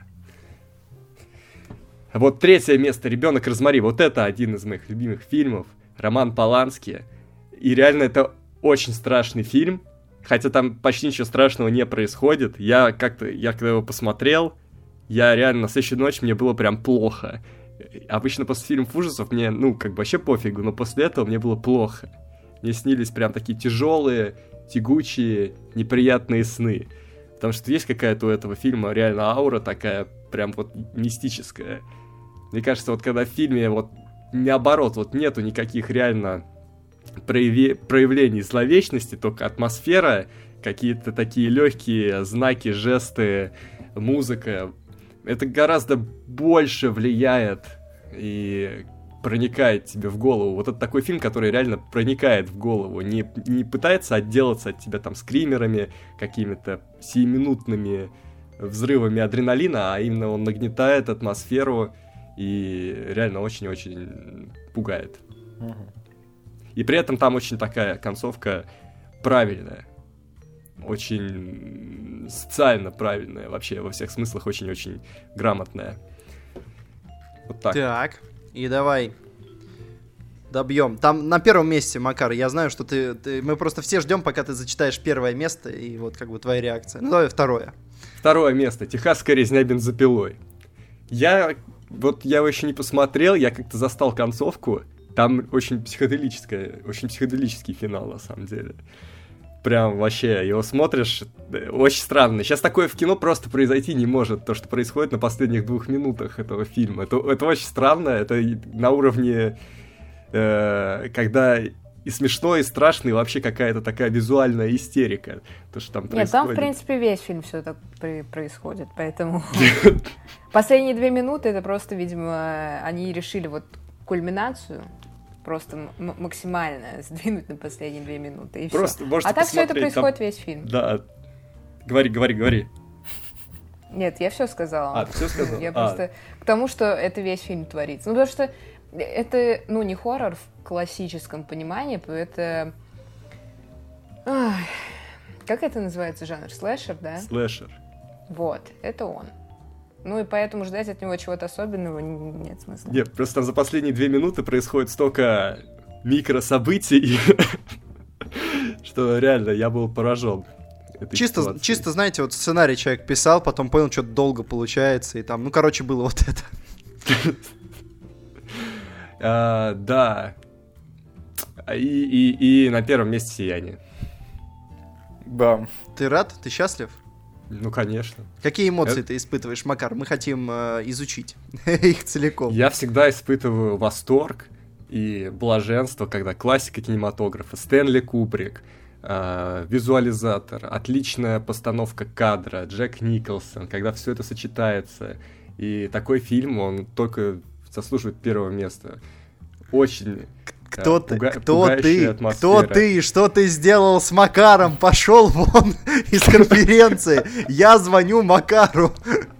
Вот 3-е место «Ребенок Розмари». Вот это один из моих любимых фильмов. Роман Полански. И реально это очень страшный фильм. Хотя там почти ничего страшного не происходит. Я когда его посмотрел, я реально на следующую ночь мне было прям плохо. Обычно после фильмов ужасов мне, вообще пофигу, но после этого мне было плохо. Мне снились прям такие тяжелые, тягучие, неприятные сны. Потому что есть какая-то у этого фильма реально аура такая, прям вот мистическая. Мне кажется, вот когда в фильме вот наоборот, вот нету никаких реально проявлений зловечности, только атмосфера, какие-то такие легкие знаки, жесты, музыка. Это гораздо больше влияет и проникает тебе в голову. Вот это такой фильм, который реально проникает в голову. Не пытается отделаться от тебя там скримерами, какими-то сиюминутными взрывами адреналина, а именно он нагнетает атмосферу и реально очень-очень пугает. И при этом там очень такая концовка правильная. Очень социально правильная. Вообще во всех смыслах очень-очень грамотная. Вот так. Так, и давай добьем. Там на первом месте, Макар, я знаю, что мы просто все ждем, пока ты зачитаешь первое место, и вот как бы твоя реакция. Ну, давай второе. Второе место. «Техасская резня бензопилой». Я его еще не посмотрел, я как-то застал концовку. Там очень психоделический финал, на самом деле. Прям вообще, его смотришь, очень странно. Сейчас такое в кино просто произойти не может, то, что происходит на последних 2 минутах этого фильма. Это очень странно, это на уровне, когда и смешно, и страшно, и вообще какая-то такая визуальная истерика. То, что там происходит. Нет, там, в принципе, весь фильм все так происходит, поэтому... Последние 2 минуты, это просто, видимо, они решили вот кульминацию просто максимально сдвинуть на последние 2 минуты, и просто все. А так все это происходит там... весь фильм. Да. Говори. Нет, я все сказала. Ты все сказала? Я просто к тому, что это весь фильм творится. Ну, потому что это, не хоррор в классическом понимании, это... Как это называется жанр? Слэшер, да? Слэшер. Вот, это он. Ну и поэтому ждать от него чего-то особенного нет смысла. Нет, просто там за последние 2 минуты происходит столько микрособытий, что реально я был поражен. Чисто, знаете, вот сценарий человек писал, потом понял, что долго получается, и там, было вот это. Да. И на первом месте «Сияние». Да. Ты рад? Ты счастлив? Ну, конечно. Какие эмоции ты испытываешь, Макар? Мы хотим изучить их целиком. Я всегда испытываю восторг и блаженство, когда классика кинематографа, Стэнли Кубрик, визуализатор, отличная постановка кадра, Джек Николсон, когда все это сочетается. И такой фильм, он только заслуживает первого места. Очень... Кто ты? Что ты сделал с Макаром? Пошел вон из конференции. Я звоню Макару.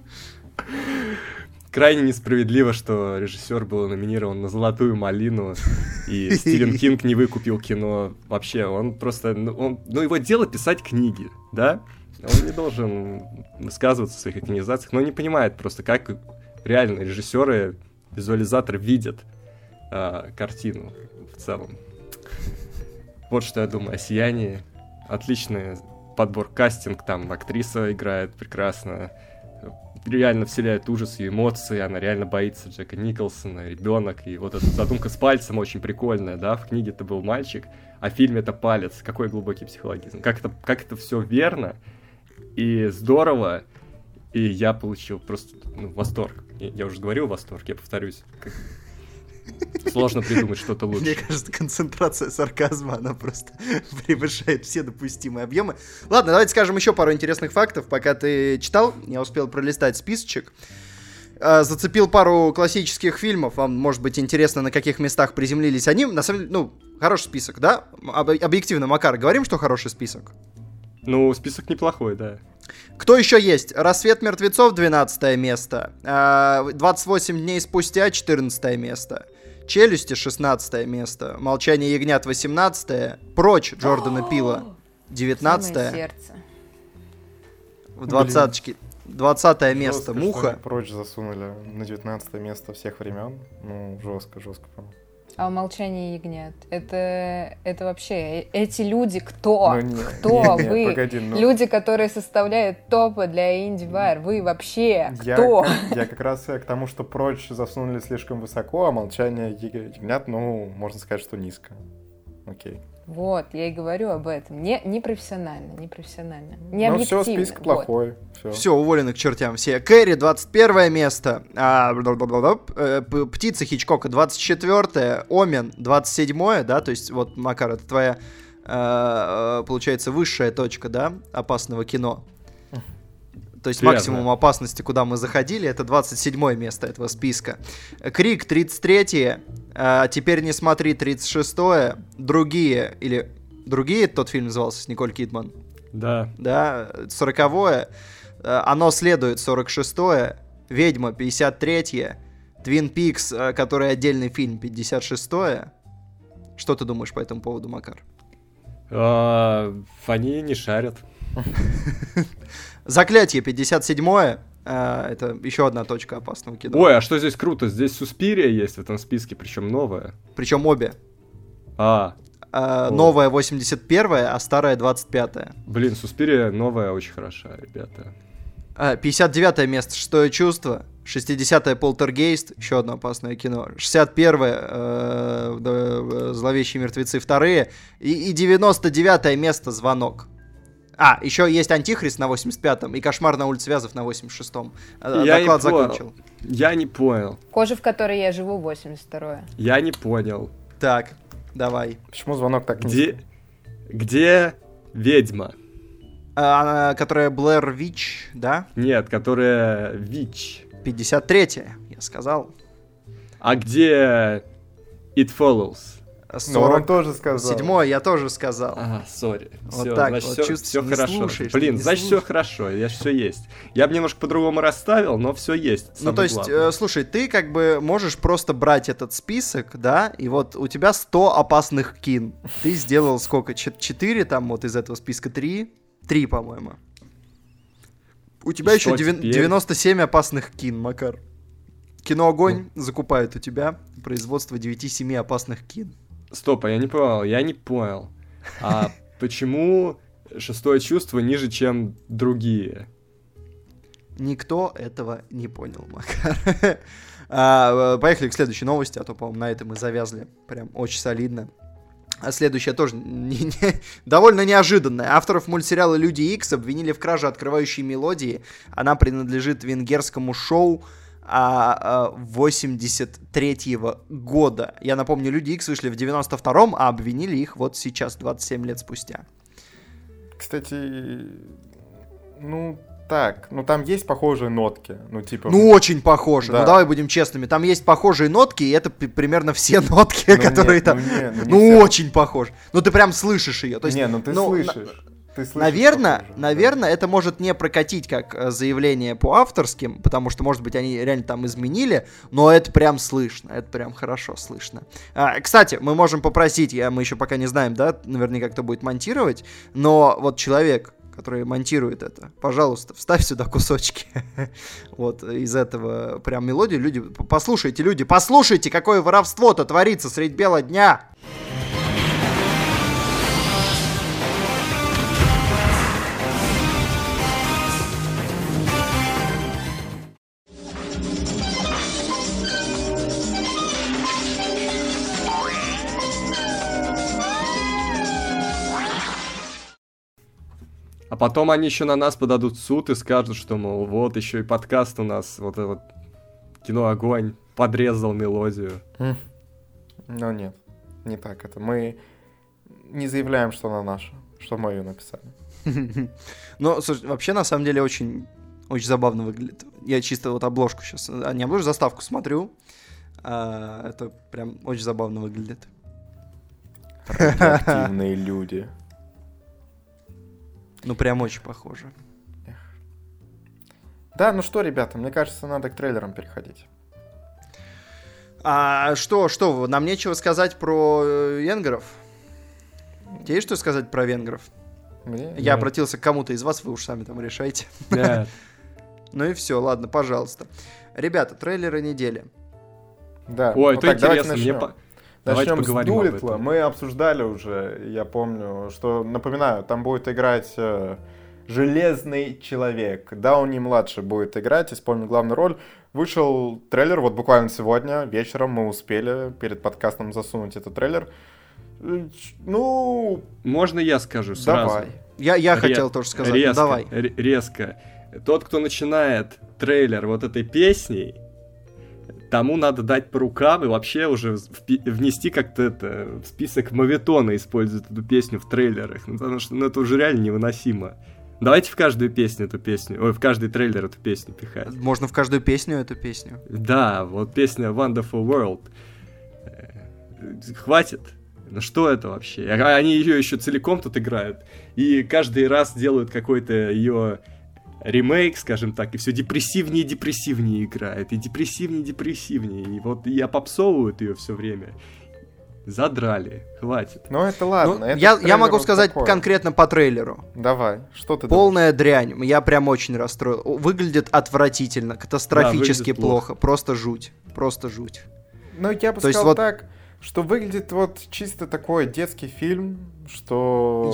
Крайне несправедливо, что режиссер был номинирован на «Золотую малину», и Стивен Кинг не выкупил кино. Вообще, он просто... его дело писать книги, да? Он не должен высказываться в своих экранизациях, но он не понимает просто, как реально режиссеры, визуализаторы видят картину в целом. Вот что я думаю о «Сиянии». Отличный подбор, кастинг, там актриса играет прекрасно, реально вселяет ужас и эмоции, она реально боится Джека Николсона, ребенок, и вот эта задумка с пальцем очень прикольная, да, в книге это был мальчик, а в фильме это палец, какой глубокий психологизм, как это все верно и здорово, и я получил просто восторг, я уже говорил восторг, я повторюсь, сложно придумать что-то лучше. Мне кажется, концентрация сарказма, она просто превышает все допустимые объемы. Ладно, давайте скажем еще пару интересных фактов. Пока ты читал, я успел пролистать списочек. Зацепил пару классических фильмов. Вам, может быть, интересно, на каких местах приземлились они. На самом деле, хороший список, да? Объективно, Макар, говорим, что хороший список? Список неплохой, да. Кто еще есть? «Рассвет мертвецов» 12 место. 28 дней спустя 14 место. «Челюсти» 16 место. «Молчание ягнят» 18. «Прочь» Джордана Пила 19. Сердце. В 20-очке 20 место. «Муха». «Прочь» засунули на 19 место всех времен. Жестко, по-моему. А «Молчание ягнят» это вообще эти люди кто? Кто вы? Погоди, люди, которые составляют топы для инди-бар. Вы вообще кто? Я как раз к тому, что «Прочь» засунули слишком высоко, а «Молчание ягнят», можно сказать, что низко. Окей. Вот, я и говорю об этом. Не профессионально, не объективно. Все, список плохой. Все, уволены к чертям все. «Кэрри» 21 место. «Птица» Хичкока 24. «Омен» 27, да? То есть, вот, Макар, это твоя, получается, высшая точка, да? Опасного кино. То есть Верно. максимум опасности, куда мы заходили, это 27 место этого списка. Крик 33-е, Теперь не смотри 36-е, Другие, тот фильм назывался с Николь Кидман. Да. Да, 40-е, Оно следует 46-е, Ведьма 53-е, Твин Пикс, который отдельный фильм, 56-е. Что ты думаешь по этому поводу, Макар? Они не шарят. Заклятие 57-е. Это еще одна точка опасного кино. Ой, а что здесь круто? Здесь Суспирия есть в этом списке, причем новая. Причем обе. Новая 81-я, а старая 25-я. Блин, Суспирия новая очень хороша, ребята. 59-е место «Шестое чувство», 60-е «Полтергейст», еще одно опасное кино, 61-е «Зловещие мертвецы» вторые, и 99-е место «Звонок». Еще есть «Антихрист» на 85-м и «Кошмар на улице Вязов» на 86-м. Доклад закончил. Я не понял. «Кожа, в которой я живу», 82-е. Я не понял. Так, давай. Почему «Звонок» так Где «Ведьма»? Которая Блэр Вич, да? Нет, которая Вич. 53-я, я сказал. А где It Follows? 40... он тоже сказал. 7-й я тоже сказал. Сори. Вот Всё, так значит, вот, все хорошо. Слушаешь, Блин, значит, все хорошо, я все есть. Я бы немножко по-другому расставил, но все есть. Ну, то есть, слушай, ты как бы можешь просто брать этот список, да, и вот у тебя 100 опасных кин. Ты сделал сколько? 4 там вот из этого списка 3? 3, по-моему. У тебя еще 97 опасных кин, Макар. Кино «Огонь» закупает у тебя производство 9-7 опасных кин. Стоп, я не понял. А почему «Шестое чувство» ниже, чем другие? Никто этого не понял, Макар. Поехали к следующей новости, а то, по-моему, на этом мы завязли прям очень солидно. А следующая тоже довольно неожиданная. Авторов мультсериала «Люди Икс» обвинили в краже открывающей мелодии. Она принадлежит венгерскому шоу 83-го года. Я напомню, «Люди Икс» вышли в 92-м, а обвинили их вот сейчас, 27 лет спустя. Кстати, там есть похожие нотки. Очень похожи. Да. Давай будем честными. Там есть похожие нотки, и это примерно все нотки, которые нет, там... очень похожи. Ты прям слышишь ее. То есть, ты слышишь. Наверное, это может не прокатить как заявление по авторским, потому что, может быть, они реально там изменили, но это прям слышно, это прям хорошо слышно. Кстати, мы можем попросить, мы еще пока не знаем, да, наверняка кто будет монтировать, но вот человек, который монтирует это, пожалуйста, вставь сюда кусочки вот из этого прям мелодию. Люди, послушайте, какое воровство-то творится средь бела дня. А потом они еще на нас подадут в суд и скажут, что, мол, вот еще и подкаст у нас, вот это кино «Огонь» подрезал мелодию. Ну нет, не так это. Мы не заявляем, что она наша, что мы ее написали. Ну, слушай, вообще, на самом деле, очень, очень забавно выглядит. Я чисто вот обложку сейчас, не обложку, заставку смотрю. Это прям очень забавно выглядит. Радиоактивные люди. Прям очень похоже. Да, ребята, мне кажется, надо к трейлерам переходить. Что, нам нечего сказать про венгров? Тебе есть что сказать про венгров? Я обратился к кому-то из вас, вы уж сами там решайте. Да. Ну и все, ладно, пожалуйста. Ребята, трейлеры недели. Да. Ой, это интересно, Начнем с поговорим об Дулиттла. этом. Мы обсуждали уже, я помню, что, напоминаю, там будет играть Железный Человек. Дауни-младший будет играть, исполнит главную роль. Вышел трейлер, вот буквально сегодня вечером мы успели перед подкастом засунуть этот трейлер. Можно я скажу сразу? Давай. Я хотел тоже сказать, резко, давай. Резко. Тот, кто начинает трейлер вот этой песней, тому надо дать по рукам и вообще уже внести как-то это в список моветона, использовать эту песню в трейлерах. Потому что это уже реально невыносимо. Давайте в каждую песню эту песню, ой, в каждый трейлер эту песню пихать. Можно в каждую песню эту песню. Да, вот песня Wonderful World. Хватит. Ну что это вообще? Они ее еще целиком тут играют. И каждый раз делают какой-то ее ремейк, скажем так, и все депрессивнее и депрессивнее играет. И депрессивнее и депрессивнее. И вот и опопсовывают ее все время. Задрали. Хватит. Ну это ладно. Ну, это я могу трейлер сказать такое. конкретно по трейлеру. Давай, что ты Полная дрянь. Я прям очень расстроил. Выглядит отвратительно, катастрофически выглядит плохо. Просто жуть. Просто жуть. Ну, я бы То есть сказал вот- так, что выглядит вот чисто такой детский фильм, что...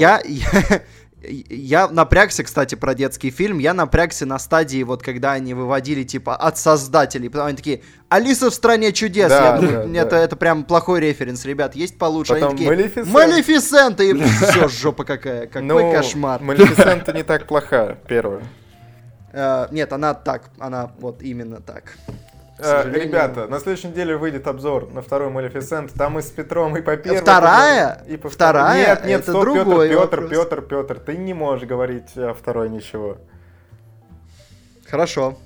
Я напрягся, кстати, про детский фильм. Я напрягся на стадии, вот когда они выводили, типа, от создателей. Потом они такие, Алиса в стране чудес. Да, Я думаю, да, это прям плохой референс, ребят. Есть получше. Потом они такие, Малефисент. Малефисента! И все, жопа какая. Какой Ну, кошмар. Малефисента не так плоха, первая. Нет, она так. Она вот именно так. К сожалению. Ребята, на следующей неделе выйдет обзор на второй Малефисент. Там мы с Петром и по первой. Вторая? И по Вторая? Нет, Это стоп, другой Петр, вопрос. Петр, ты не можешь говорить о второй ничего. Хорошо.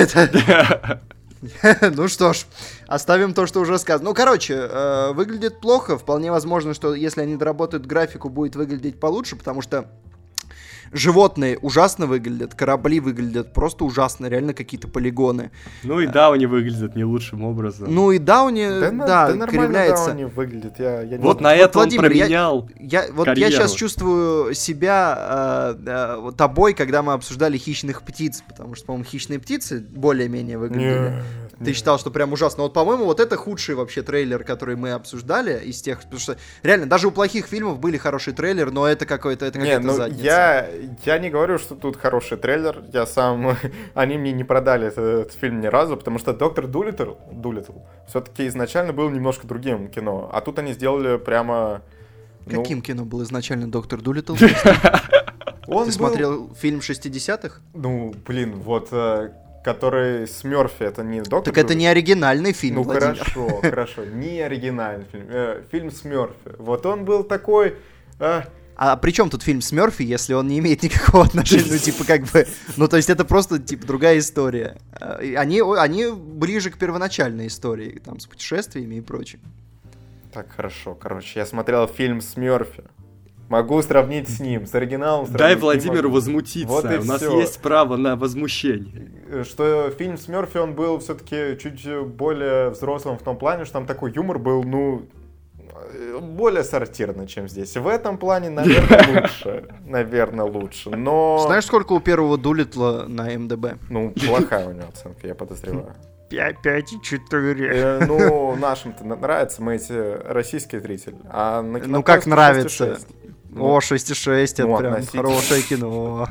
Ну что ж, оставим то, что уже сказано. Ну, короче, выглядит плохо. Вполне возможно, что если они доработают графику, будет выглядеть получше, потому что животные ужасно выглядят, корабли выглядят просто ужасно, реально какие-то полигоны. Ну и Дауни выглядит не лучшим образом. Ну и Дауни, да, нормально кривляется. Дауни выглядит. Я не Вот знаю. на это он Владимир, променял Я карьеру. сейчас чувствую себя вот тобой, когда мы обсуждали «Хищных птиц», потому что, по-моему, «Хищные птицы» более-менее выглядели. Ты считал, что прям ужасно. Вот, по-моему, вот это худший вообще трейлер, который мы обсуждали из тех, потому что реально, даже у плохих фильмов были хорошие трейлеры, но это какой-то, это Не, какая-то ну задница. я не говорю, что тут хороший трейлер. Я сам... Они мне не продали этот фильм ни разу, потому что «Доктор Дулиттл» все-таки изначально был немножко другим кино. А тут они сделали прямо... Каким кино был изначально «Доктор Дулиттл»? Он Ты смотрел фильм 60-х? Ну, блин, вот... который с Мёрфи, это не «Доктор» Так это не оригинальный фильм, Ну, Владимир. хорошо. Не оригинальный фильм. Фильм с Мёрфи. Вот он был такой... А при чем тут фильм с Мёрфи, если он не имеет никакого отношения, ну, типа, как бы... Ну, то есть это просто, типа, другая история. Они ближе к первоначальной истории, там, с путешествиями и прочим. Так, хорошо. Короче, я смотрел фильм с Мёрфи. Могу сравнить с ним, с оригиналом. Дай сравнить не Владимиру могу. возмутиться. Вот и У нас всё. есть право на возмущение. Что фильм с Мёрфи, он был все-таки чуть более взрослым в том плане, что там такой юмор был, ну, более сортирный, чем здесь. В этом плане, наверное, лучше. Но... Знаешь, сколько у первого Дулиттла на МДБ? Ну, плохая у него оценка, я подозреваю. 5,4. Ну, нашим-то нравится, мы эти российские зрители. А на Ну, как Кинопоиске нравится. 6,6. О, 6,6, это Ну, прям относительно. хорошее кино.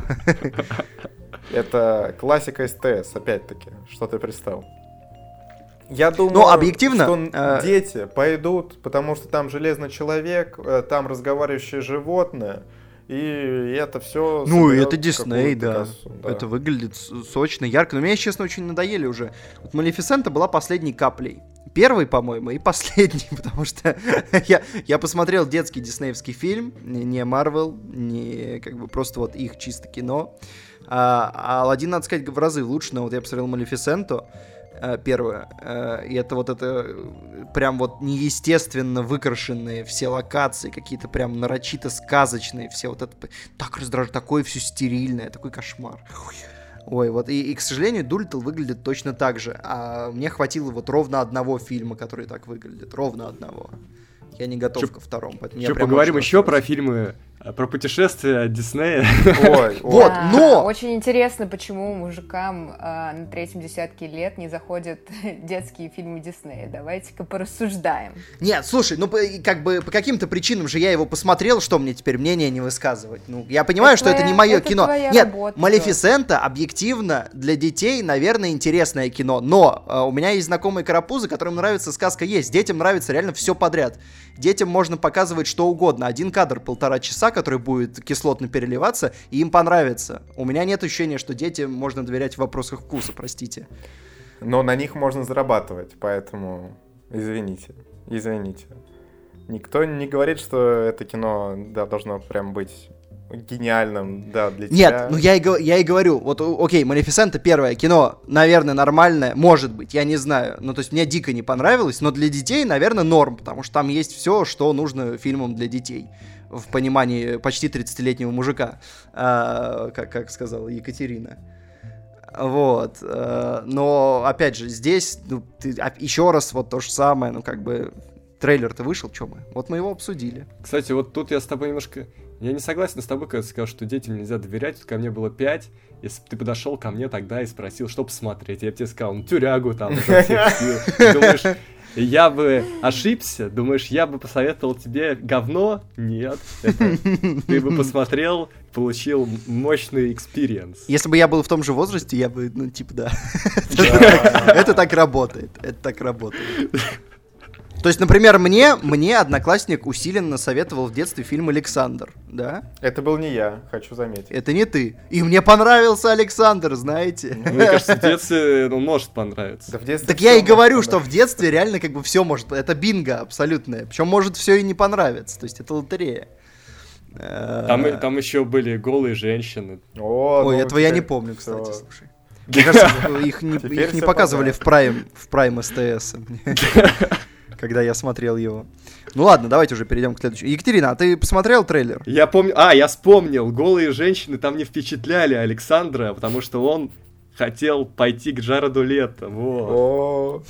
Это классика СТС, опять-таки, что ты представил. Я думаю, Ну, объективно, что дети пойдут, потому что там железный человек, там разговаривающее животное, и это все. Ну, и это Дисней, да. Это выглядит сочно, ярко. Но мне, честно, очень надоели уже. Вот «Малефисента» была последней каплей. Первый, по-моему, и последний, потому что я посмотрел детский диснеевский фильм, не Марвел, не как бы просто вот их чисто кино. А «Аладдин», надо сказать, в разы лучше, но вот я посмотрел «Малефисенту», первое, и это прям вот неестественно выкрашенные все локации, какие-то прям нарочито сказочные, все вот это так раздражает, такое все стерильное, такой кошмар. Ой, вот, и, к сожалению, Дулиттл выглядит точно так же, а мне хватило вот ровно одного фильма, который так выглядит, ровно одного. Я не готов ко второму, поэтому я Что, прям поговорим очень еще расстроился. про фильмы, про путешествия от Диснея? Ой, Вот, Да, но... Очень интересно, почему мужикам на третьем десятке лет не заходят детские фильмы Диснея. Давайте-ка порассуждаем. Нет, слушай, ну как бы по каким-то причинам же я его посмотрел, что мне теперь мнение не высказывать? Ну, я понимаю, что это не мое это кино. твоя Нет, работа, «Малефисента» объективно для детей, наверное, интересное кино. Но у меня есть знакомые карапузы, которым нравится сказка есть. Детям нравится реально все подряд. Детям можно показывать что угодно. Один кадр 1,5 часа, который будет кислотно переливаться, и им понравится. У меня нет ощущения, что детям можно доверять в вопросах вкуса, простите. но на них можно зарабатывать, поэтому извините. Никто не говорит, что это кино должно прям быть гениальном, да, для Нет, тебя. ну я и говорю, вот окей, Малефисента первое кино, наверное, нормальное, может быть, я не знаю, ну то есть мне дико не понравилось, но для детей, наверное, норм, потому что там есть все, что нужно фильмам для детей, в понимании почти 30-летнего мужика, как сказала Екатерина. Вот, но опять же, здесь, ну, еще раз вот то же самое, ну как бы, трейлер-то вышел, что мы? Вот мы его обсудили. Кстати, вот тут я с тобой немножко... Я не согласен с тобой, когда ты сказал, что детям нельзя доверять. Тут ко мне было 5. Если бы ты подошел ко мне тогда и спросил, что посмотреть, я бы тебе сказал, ну, тюрягу там, изо всех сил. Думаешь, я бы ошибся? Думаешь, я бы посоветовал тебе говно? Нет. Ты бы посмотрел, получил мощный экспириенс. Если бы я был в том же возрасте, я бы, ну, типа, да. Это так работает. Это так работает. То есть, например, мне одноклассник усиленно советовал в детстве фильм «Александр», да? Это был не я, хочу заметить. Это не ты. И мне понравился «Александр», знаете? Мне кажется, в детстве он может понравиться. Да в детстве Так всё я и может говорю, понравиться. что в детстве реально как бы все может... Это бинго абсолютное. Причем может все и не понравиться. То есть это лотерея. Там еще были голые женщины. Ой, Ну, этого я теперь не помню, кстати, всё. слушай. Мне кажется, их Теперь не всё показывали в Prime СТС. Когда я смотрел его. Ну ладно, давайте уже перейдем к следующему. Екатерина, а ты посмотрел трейлер? Я помню... я вспомнил. Голые женщины там не впечатляли Александра, потому что он хотел пойти к Джареду Лето. Вот.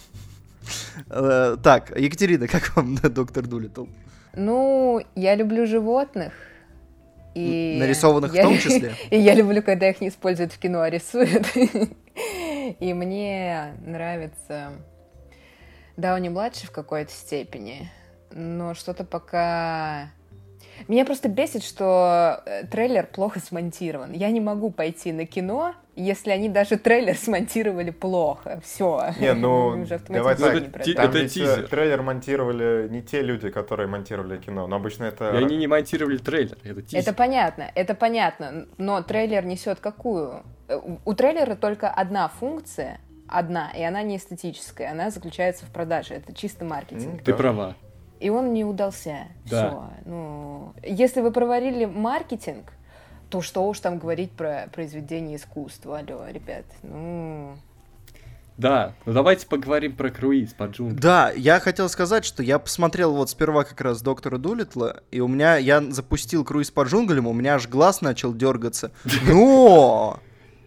О, Так, Екатерина, как вам доктор Дулиттл? Ну, я люблю животных. И Нарисованных в том числе? И я люблю, когда их не используют в кино, а рисуют. И мне нравится Дауни-младший в какой-то степени, но что-то пока... Меня просто бесит, что трейлер плохо смонтирован. Я не могу пойти на кино, если они даже трейлер смонтировали плохо. Все. Не, ну, Уже давай автоматически так. не пройдет. Там Это ведь тизер. трейлер монтировали не те люди, которые монтировали кино, но обычно это... И они не монтировали трейлер, это тизер. Это понятно, но трейлер несет какую? У трейлера только одна функция, и она не эстетическая, она заключается в продаже, это чисто маркетинг. Ты права. И он не удался. Да. Всё. Ну, если вы проварили маркетинг, то что уж там говорить про произведение искусства, алло, ребят, ну... Да, ну давайте поговорим про круиз по джунглям. Да, я хотел сказать, что я посмотрел вот сперва как раз доктора Дулиттла, и я запустил круиз по джунглям, у меня аж глаз начал дергаться. Но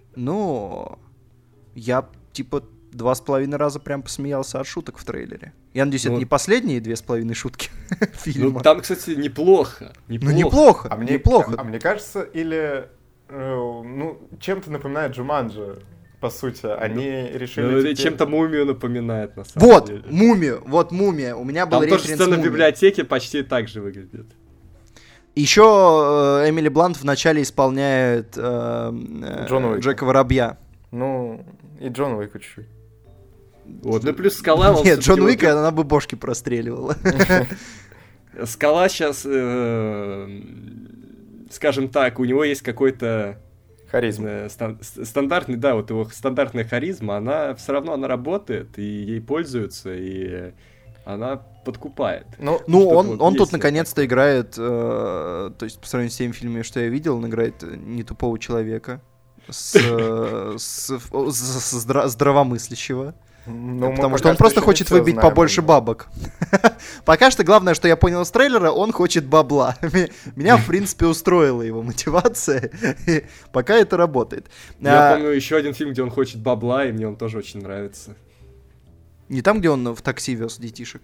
я типа 2,5 раза прям посмеялся от шуток в трейлере. Я надеюсь, это не последние 2,5 шутки фильма. Ну там, кстати, неплохо. Ну неплохо, А мне кажется, или чем-то напоминает Джуманджи, по сути. Они решили... Ну, теперь- чем-то мумию напоминает, на самом деле. Мумия. У меня был Там тоже референс сцена в «Мумии». библиотеке почти так же выглядит. Еще Эмили Блант вначале исполняет Джона Уика. Джека Воробья. Ну, и Джон Уик чуть-чуть. Вот, ну плюс Скала... он Нет, Джон всё-таки Уика, она бы бошки простреливала. Скала сейчас, скажем так, у него есть какой-то Харизма. стандартный, да, вот его стандартная харизма, она все равно она работает, и ей пользуются, и она подкупает. Ну, Что-то он вот тут есть наконец-то играет, то есть по сравнению с теми фильмами, что я видел, он играет не тупого человека, здравомыслящего. Ну, Потому мы что он пока просто еще не хочет всё выбить знаем, побольше да. бабок. Пока что главное, что я понял из трейлера, он хочет бабла. Меня, в принципе, устроила его мотивация. И пока это работает. Я помню еще один фильм, где он хочет бабла, и мне он тоже очень нравится. Не там, где он в такси вез детишек.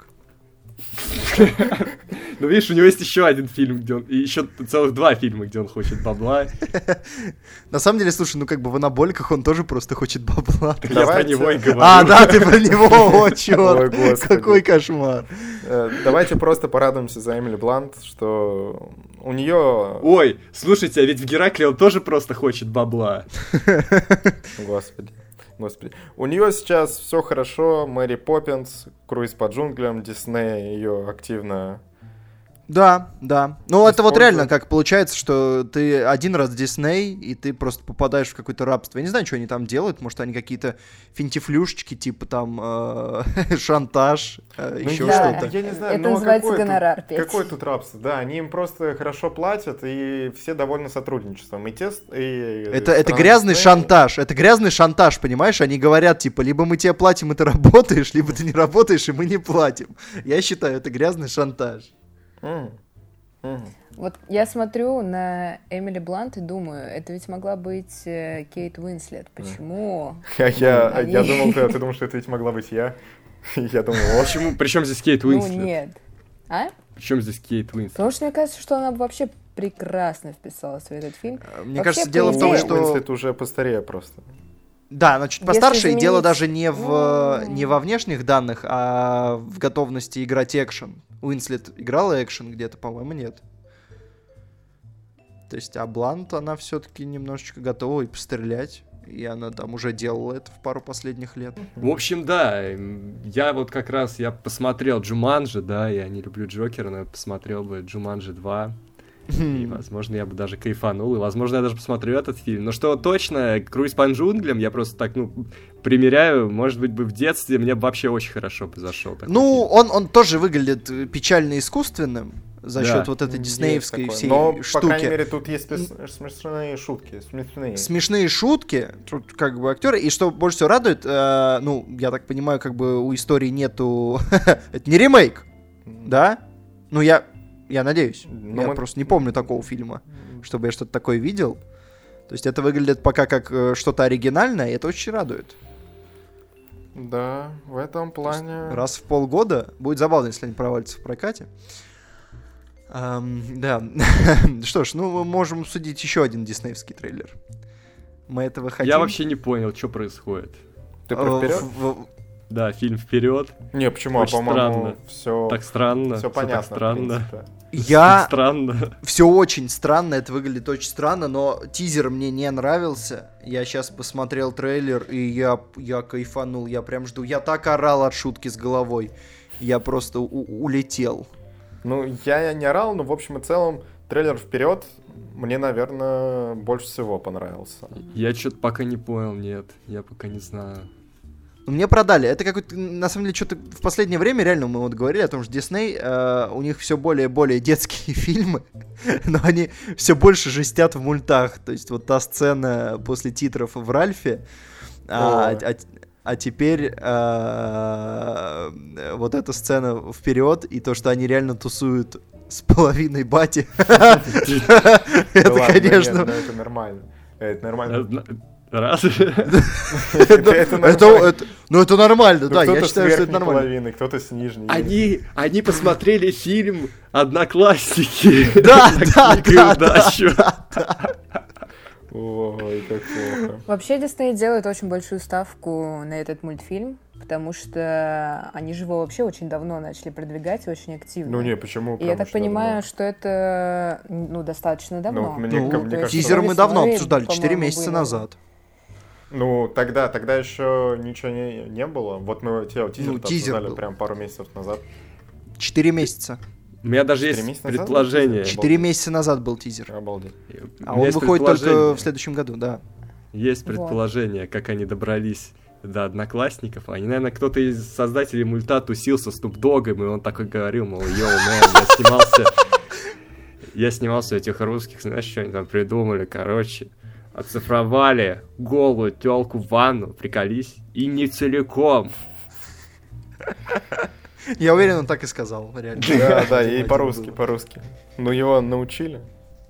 Ну, видишь, у него есть еще один фильм, где он... И еще целых 2 фильма, где он хочет бабла. На самом деле, слушай, ну как бы в анаболиках он тоже просто хочет бабла. Я про Давайте- него и говорю. А, да, ты про него, о, Ой, черт, господи. какой кошмар. Давайте просто порадуемся за Эмили Блант, что у нее... Ой, слушайте, а ведь в Геракле он тоже просто хочет бабла. Господи. У нее сейчас все хорошо, Мэри Поппинс, круиз по джунглям, Дисней ее активно Да. Ну, это вот Используют. реально как получается, что ты один раз Дисней, и ты просто попадаешь в какое-то рабство. Я не знаю, что они там делают. Может, они какие-то финтифлюшечки, типа там шантаж, еще Да. что-то. Я не знаю, Это ну, а называется какое гонорар, тут, Петь. какое тут рабство? Да, они им просто хорошо платят, и все довольны сотрудничеством. Это грязный шантаж. Это грязный шантаж, понимаешь? Они говорят, типа, либо мы тебе платим, и ты работаешь, либо ты не работаешь, и мы не платим. Я считаю, это грязный шантаж. Вот я смотрю на Эмили Блант и думаю, это ведь могла быть Кейт Уинслет. Почему? Я думал, ты думал, что это ведь могла быть я. Я думал, Почему? Причем здесь Кейт Ну, Уинслет? нет. А? Причем здесь Кейт Уинслет? Потому что мне кажется, что она вообще прекрасно вписалась в этот фильм. Мне Вообще, кажется, по дело в том, идее- что... Уинслет уже постарее просто. Да, она чуть Если постарше, и заменить- дело даже не Ну. не во внешних данных, а в готовности играть экшен. Уинслет играла экшен где-то, по-моему, нет. То есть, а Блант, она все-таки немножечко готова и пострелять. И она там уже делала это в пару последних лет. В общем, да, я вот как раз, я посмотрел Джуманджи, да, я не люблю Джокера, но я посмотрел бы Джуманджи 2, и, возможно, я бы даже кайфанул, и, возможно, я даже посмотрю этот фильм. Но что точно, «Круиз по джунглям» я просто так, примеряю, может быть, бы в детстве мне бы вообще очень хорошо бы зашел. такой Ну, фильм. он тоже выглядит печально искусственным за Да. счет вот этой Есть диснеевской такое. всей Но, штуки. по крайней мере, тут есть смешные шутки. Смешные шутки, тут как бы актеры, и что больше всего радует, ну, я так понимаю, как бы у истории нету... Это не ремейк, да? Ну, я надеюсь. Ну, Я мы- просто не помню такого фильма, чтобы я что-то такое видел. То есть это выглядит пока как что-то оригинальное, и это очень радует. Да, в этом плане... Раз в полгода. Будет забавно, если они провалятся в прокате. Да. Что ж, ну мы можем обсудить еще один диснеевский трейлер. Мы этого хотим. Я вообще не понял, что происходит. Ты про вперед? Да, фильм «Вперед», Не, почему? Очень По-моему, странно. все так странно, все всё понятно, так странно. в принципе. Я... Странно. Все очень странно, это выглядит очень странно, но тизер мне не нравился. Я сейчас посмотрел трейлер, и я кайфанул, я прям жду. Я так орал от шутки с головой. Я просто улетел. Ну, я не орал, но в общем и целом трейлер «Вперед» мне, наверное, больше всего понравился. Я что-то пока не понял, нет, я пока не знаю. Мне продали. Это какой-то, на самом деле, что-то в последнее время, реально, мы вот говорили о том, что Дисней, у них все более и более детские фильмы, но они все больше жестят в мультах. То есть вот та сцена после титров в Ральфе, а теперь вот эта сцена вперед, и то, что они реально тусуют с половиной бати. Да Это, ладно, конечно... нет, ну это нормально. Это нормально. Разве? Это нормально. Ну, это нормально, Ну, да, я кто-то с считаю, что это верхней нормально. половины, кто-то с нижней. Они посмотрели фильм «Одноклассники». Да, На Книга и да, удачу. Ой, как плохо. Вообще Дисней делает очень большую ставку на этот мультфильм, потому что они же его вообще очень давно начали продвигать и очень активно. Ну не, почему? И я так понимаю, что это, достаточно давно. Ну, мне Ну, кажется, тизер мы весной, давно обсуждали, 4 по-моему, месяца были. назад. Ну, тогда еще ничего не было. Вот мы тизер тизер обсуждали был. прям пару месяцев назад. 4 месяца. У меня даже 4 есть месяца назад предположение. был 4 месяца назад был тизер. Обалдеть. А У меня он есть выходит только предположение. в следующем году, да. Есть Вот. предположение, как они добрались до Одноклассников. Они, наверное, кто-то из создателей мульта тусил с Snoop Dogg'ом, и он такой говорил, мол, йоу, мэн, я снимался у этих русских, знаешь, что они там придумали, короче. Оцифровали голую тёлку в ванну, приколись, и не целиком. Я уверен, он так и сказал, реально. Да, и Один по-русски, был. по-русски. Ну, его научили.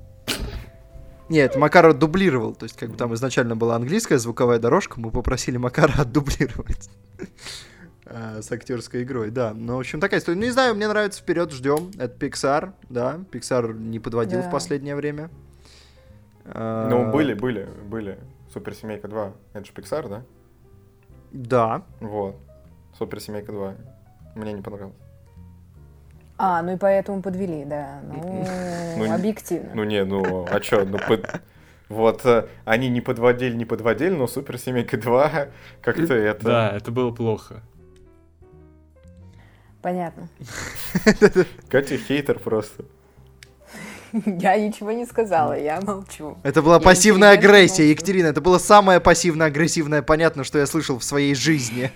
Нет, Макар отдублировал. То есть, как бы там изначально была английская звуковая дорожка, мы попросили Макара отдублировать. С актерской игрой, да. Ну, в общем, такая история. Ну, не знаю, мне нравится «Вперед», ждем. Это Pixar, да. Pixar не подводил Да. в последнее время. Ну, были. Суперсемейка 2. Это же Pixar, да? Да. Вот. Суперсемейка 2. Мне не понравилось. Ну и поэтому подвели, да. Ну, Объективно. Ну, не, ну, а чё? Ну, вот они не подводили, но Суперсемейка 2 как-то это... Да, это было плохо. Понятно. Катя хейтер просто. Я ничего не сказала, я молчу. Это была Я пассивная интеллигентно агрессия, молчу. Екатерина. Это было самое пассивно-агрессивное, понятно, что я слышал в своей жизни.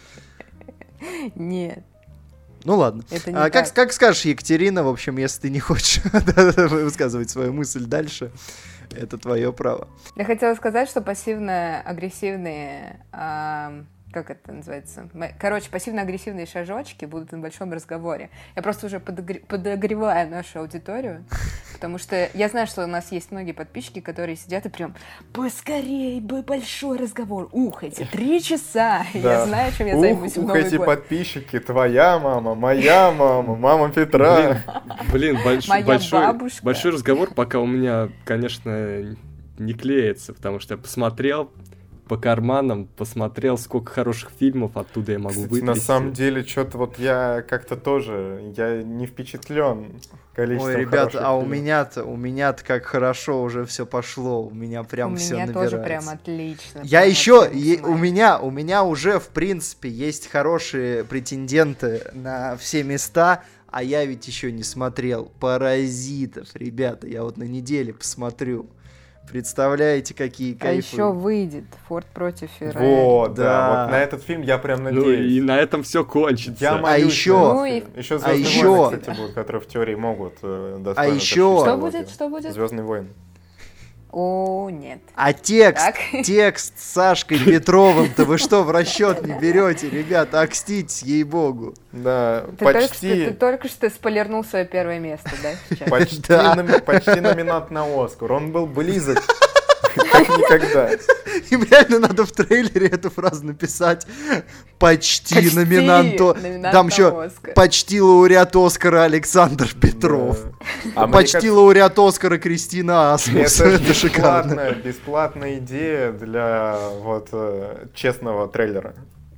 Нет, Ну ладно. это не Как так. скажешь, Екатерина, в общем, если ты не хочешь высказывать свою мысль дальше, это твое право. Я хотела сказать, что пассивно-агрессивные... как это называется? Короче, пассивно-агрессивные шажочки будут на большом разговоре. Я просто уже подогреваю нашу аудиторию, потому что я знаю, что у нас есть многие подписчики, которые сидят и прям поскорей бы большой разговор. Эти 3 часа. Я знаю, чем я займусь в Новый эти год. подписчики, твоя мама, моя мама, мама Петра. Блин, Моя бабушка. большой разговор пока у меня, конечно, не клеится, потому что я посмотрел по карманам, посмотрел, сколько хороших фильмов оттуда я могу Кстати, вытрясти. на самом деле, что-то вот я как-то тоже, я не впечатлен количеством Ой, ребята, хороших а у фильмов. меня-то как хорошо уже все пошло. У меня прям У все меня набирается. тоже прям отлично. Я прям еще, вообще у меня уже, в принципе, есть хорошие претенденты на все места, а я ведь еще не смотрел «Паразитов», ребята, я вот на неделе посмотрю. Представляете, какие А кайфы. еще выйдет Форд против Феррари. Вот, Да. да, вот на этот фильм я прям Ну надеюсь. и на этом все кончится. Я молюсь еще- на этот фильм. Еще «Звездные еще- войны», кстати, будут, которые в теории могут достойно еще- Что будет? Что будет? «Звездные войны». О, нет. А текст Так. с Сашкой Петровым-то вы что, в расчет не берете, ребята? Окститесь, ей-богу. Да, Ты только что спойлернул свое первое место, да, сейчас? Да. почти номинант на Оскар. Он был близок, как никогда. Им реально надо в трейлере эту фразу написать. Почти номинант. Там еще на Оскар. почти лауреат Оскара Александр Петров. А мне Почти кажется, лауреат Оскара Кристина Асмус. это Это шикарно. бесплатная идея для вот честного трейлера.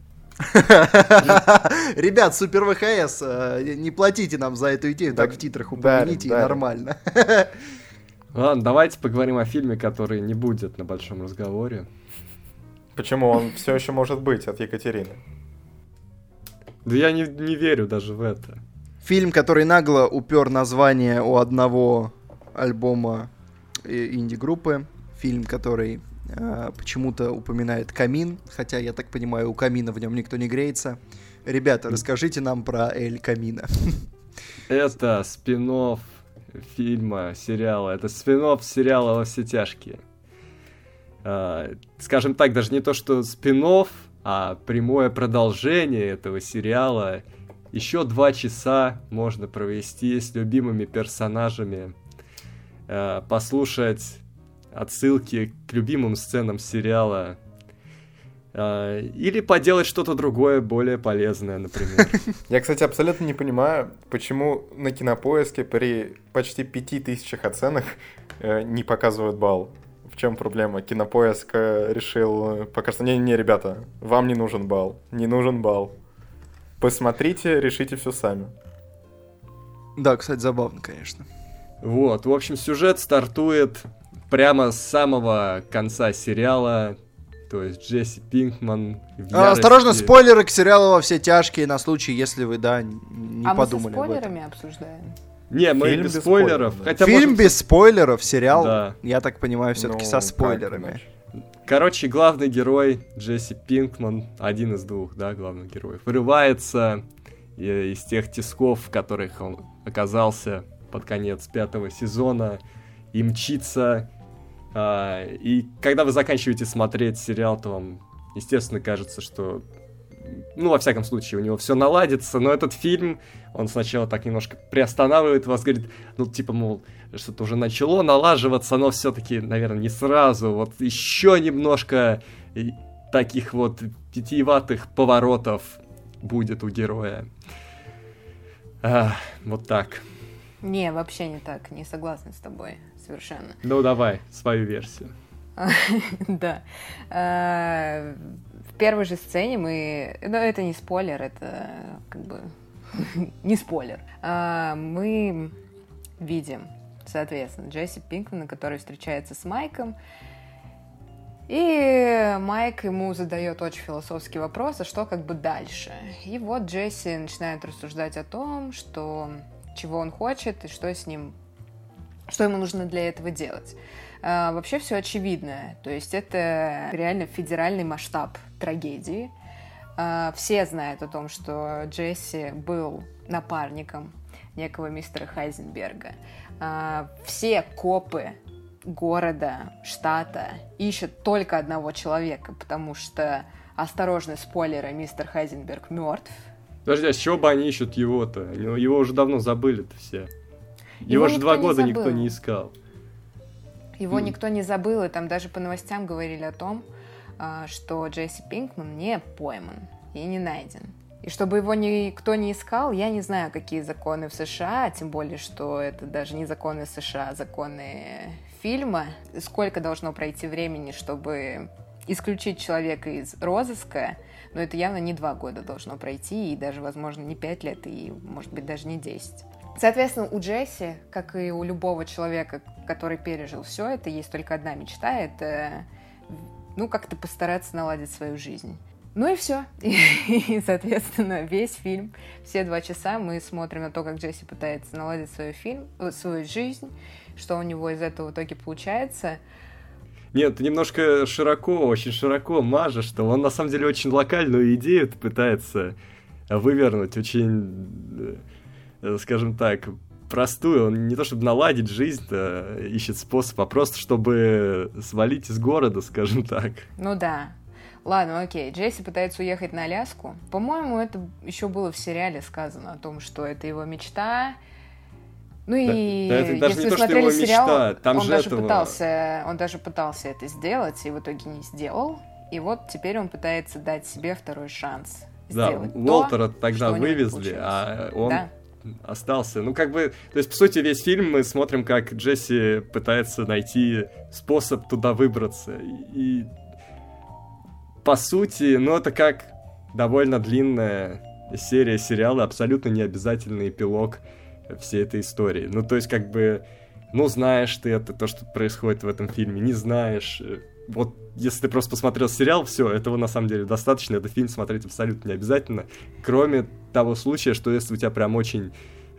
Ребят, Супер ВХС, не платите нам за эту идею, так в титрах упомяните, и дарим. нормально. Ладно, давайте поговорим о фильме, который не будет на большом разговоре. Почему он все еще может быть от Екатерины? Да я не верю даже в это. Фильм, который нагло упер название у одного альбома инди-группы. Фильм, который почему-то упоминает камин, хотя, я так понимаю, у камина в нем никто не греется. Ребята, расскажите нам про Эль Камино. Это спин-офф фильма, сериала. Это спин-офф сериала «Во все тяжкие». Скажем так, даже не то, что спин-офф, а прямое продолжение этого сериала. Еще 2 часа можно провести с любимыми персонажами, послушать отсылки к любимым сценам сериала, или поделать что-то другое, более полезное, например. Я, кстати, абсолютно не понимаю, почему на Кинопоиске при почти 5000 оценок не показывают балл. В чем проблема? Кинопоиск решил пока что... Не, ребята, вам не нужен балл. Не нужен балл. Посмотрите, решите все сами. Да, кстати, забавно, конечно. Вот, в общем, сюжет стартует прямо с самого конца сериала. То есть Джесси Пинкман в ярости... Осторожно, спойлеры к сериалу «Во все тяжкие» на случай, если вы, да, не А мы со подумали об этом. спойлерами обсуждаем? Не, мы Фильм без без спойлеров. спойлеров, да. Хотя, Фильм может, без спойлеров, сериал, Да. я так понимаю, все-таки Ну, со как спойлерами. иначе? Короче, главный герой Джесси Пинкман, один из 2, да, главных героев, вырывается из тех тисков, в которых он оказался под конец 5-го сезона, и мчится. И когда вы заканчиваете смотреть сериал, то вам, естественно, кажется, что, ну, во всяком случае, у него все наладится, но этот фильм, он сначала так немножко приостанавливает вас, говорит, ну, типа, мол, что-то уже начало налаживаться, но все-таки, наверное, не сразу, вот еще немножко таких вот питьеватых поворотов будет у героя. Вот так. Не, вообще не так, не согласна с тобой, совершенно. Ну, давай, свою версию. Да. В первой же сцене мы... Ну, это не спойлер, это как бы... Не спойлер. Мы видим, соответственно, Джесси Пинкмана, который встречается с Майком. И Майк ему задает очень философский вопрос, а что как бы дальше? И вот Джесси начинает рассуждать о том, чего он хочет и что ему нужно для этого делать. Вообще все очевидно, то есть это реально федеральный масштаб трагедии. Все знают о том, что Джесси был напарником некого мистера Хайзенберга. Все копы города, штата ищут только одного человека, потому что, осторожно, спойлеры, мистер Хайзенберг мертв. Подожди, а с чего бы они ищут его-то? Его уже давно забыли-то все. Его же 2 года никто не искал. Его никто не забыл, и там даже по новостям говорили о том, что Джесси Пинкман не пойман и не найден. И чтобы его никто не искал, я не знаю, какие законы в США, тем более, что это даже не законы США, а законы фильма. Сколько должно пройти времени, чтобы исключить человека из розыска, но это явно не 2 года должно пройти, и даже, возможно, не 5 лет, и, может быть, даже не 10. Соответственно, у Джесси, как и у любого человека, который пережил все это, есть только одна мечта — это, как-то постараться наладить свою жизнь. Ну и все. И, соответственно, весь фильм, все 2 часа мы смотрим на то, как Джесси пытается наладить свою жизнь, что у него из этого в итоге получается. Нет, ты немножко очень широко мажешь, что он на самом деле очень локальную идею пытается вывернуть, очень, скажем так, простую. Он не то чтобы наладить жизнь, ищет способ, а просто чтобы свалить из города, скажем так. Ну да. Ладно, окей. Джесси пытается уехать на Аляску. По-моему, это еще было в сериале сказано о том, что это его мечта. Ну и это даже если не вы то, смотрели что его сериал, мечта, там он же даже пытался это сделать, и в итоге не сделал. И вот теперь он пытается дать себе второй шанс. Да, Уолтера тогда вывезли, а он остался. То есть, по сути, весь фильм мы смотрим, как Джесси пытается найти способ туда выбраться. И по сути, это как довольно длинная серия сериала, абсолютно необязательный эпилог всей этой истории. То есть, знаешь ты это, то, что происходит в этом фильме, не знаешь. Вот, если ты просто посмотрел сериал, все, этого на самом деле достаточно, этот фильм смотреть абсолютно не обязательно, кроме того случая, что если у тебя прям очень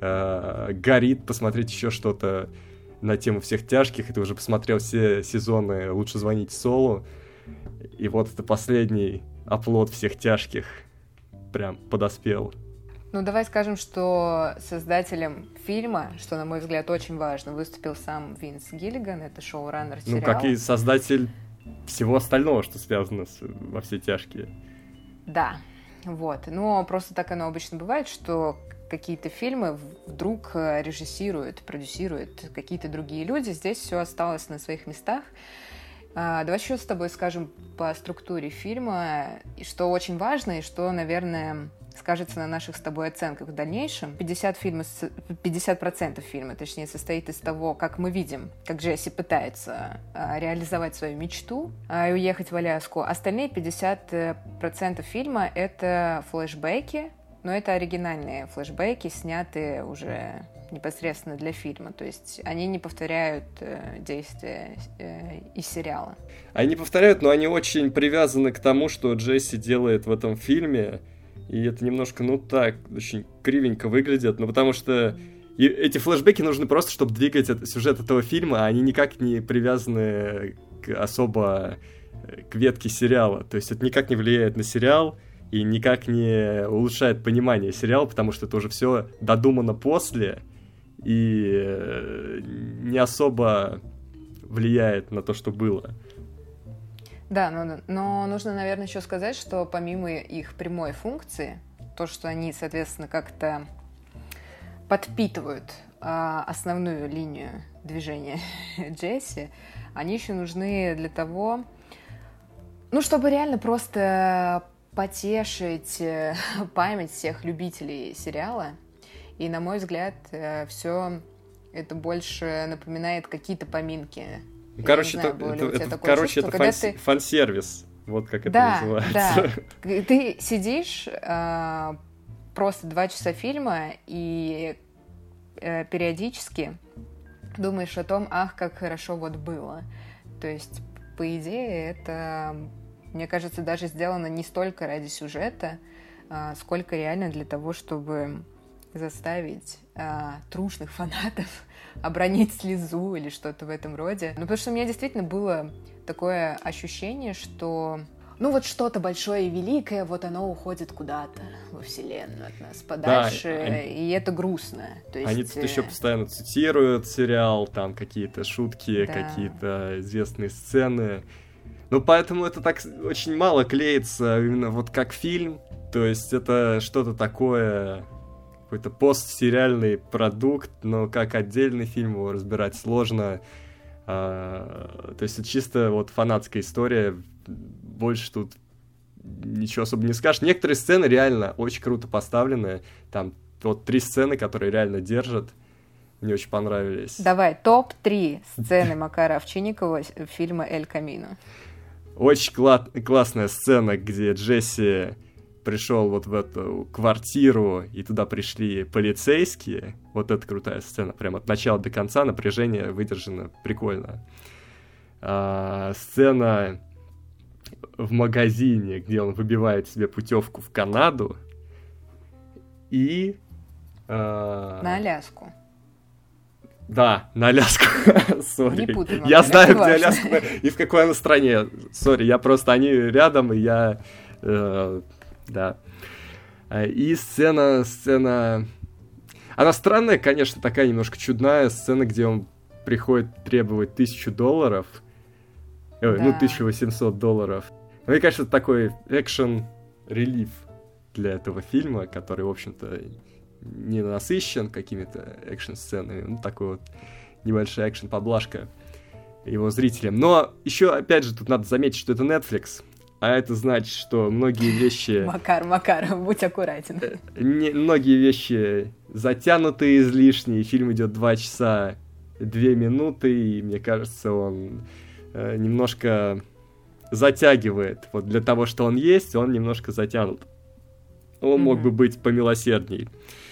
горит посмотреть еще что-то на тему «Всех тяжких», и ты уже посмотрел все сезоны «Лучше звонить Солу», и вот это последний оплот «Всех тяжких» прям подоспел. Давай скажем, что создателем фильма, что, на мой взгляд, очень важно, выступил сам Винс Гиллиган, это шоураннер сериала. Как и создатель всего остального, что связано во «Все тяжкие». Да, вот. Но просто так оно обычно бывает, что какие-то фильмы вдруг режиссируют, продюсируют какие-то другие люди. Здесь все осталось на своих местах. Давай еще с тобой скажем по структуре фильма, что очень важно, и что, наверное, скажется на наших с тобой оценках в дальнейшем. 50% фильма, точнее, состоит из того, как мы видим, как Джесси пытается реализовать свою мечту и уехать в Аляску. Остальные 50% фильма — это флешбеки, но это оригинальные флешбеки, снятые уже непосредственно для фильма, то есть они не повторяют действия из сериала. Они повторяют, но они очень привязаны к тому, что Джесси делает в этом фильме, и это немножко, очень кривенько выглядит, потому что эти флешбеки нужны просто, чтобы двигать сюжет этого фильма, а они никак не привязаны особо к ветке сериала, то есть это никак не влияет на сериал, и никак не улучшает понимание сериала, потому что это уже все додумано после, и не особо влияет на то, что было. Да, но нужно, наверное, еще сказать, что помимо их прямой функции, то, что они, соответственно, как-то подпитывают основную линию движения Джесси, они еще нужны для того, чтобы реально просто потешить память всех любителей сериала. И, на мой взгляд, все это больше напоминает какие-то поминки. Это фан-сервис. Вот как это называется. Да. Ты сидишь просто 2 часа фильма и периодически думаешь о том, как хорошо вот было. То есть по идее, это, мне кажется, даже сделано не столько ради сюжета, сколько реально для того, чтобы заставить трушных фанатов обронить слезу или что-то в этом роде. Ну, потому что у меня действительно было такое ощущение, что ну вот что-то большое и великое, вот оно уходит куда-то во вселенную от нас подальше, да, и это грустно. То есть... Они тут еще постоянно цитируют сериал, там какие-то шутки, да, какие-то известные сцены. Ну, поэтому это так очень мало клеится именно вот как фильм. То есть это что-то такое, какой-то постсериальный продукт, но как отдельный фильм его разбирать сложно. То есть это чисто вот фанатская история. Больше тут ничего особо не скажешь. Некоторые сцены реально очень круто поставлены. Там вот 3 сцены, которые реально держат. Мне очень понравились. Давай, топ-3 сцены Макара Овчинникова фильма «Эль Камино». Очень классная сцена, где Джесси пришел вот в эту квартиру, и туда пришли полицейские. Вот это крутая сцена. Прям от начала до конца напряжение выдержано прикольно. Сцена в магазине, где он выбивает себе путевку в Канаду и... На Аляску. Да, на Аляску. Сори. Не путай, я знаю, где Аляска и в какой она стране. Сори, я просто... Они рядом, и я... да. И сцена... Она странная, конечно, такая немножко чудная. Сцена, где он приходит требовать $1000. Да. Ну, $1800. Мне кажется, это такой экшен-релиф для этого фильма, который, в общем-то, не насыщен какими-то экшн-сценами. Ну, такой вот небольшая экшн-поблажка его зрителям. Но еще, опять же, тут надо заметить, что это Netflix, а это значит, что многие вещи... Макар, будь аккуратен. Многие вещи затянуты излишне, фильм идет 2 часа 2 минуты, и мне кажется, он немножко затягивает. Вот для того, что он есть, он немножко затянут. Он мог бы быть помилосердней.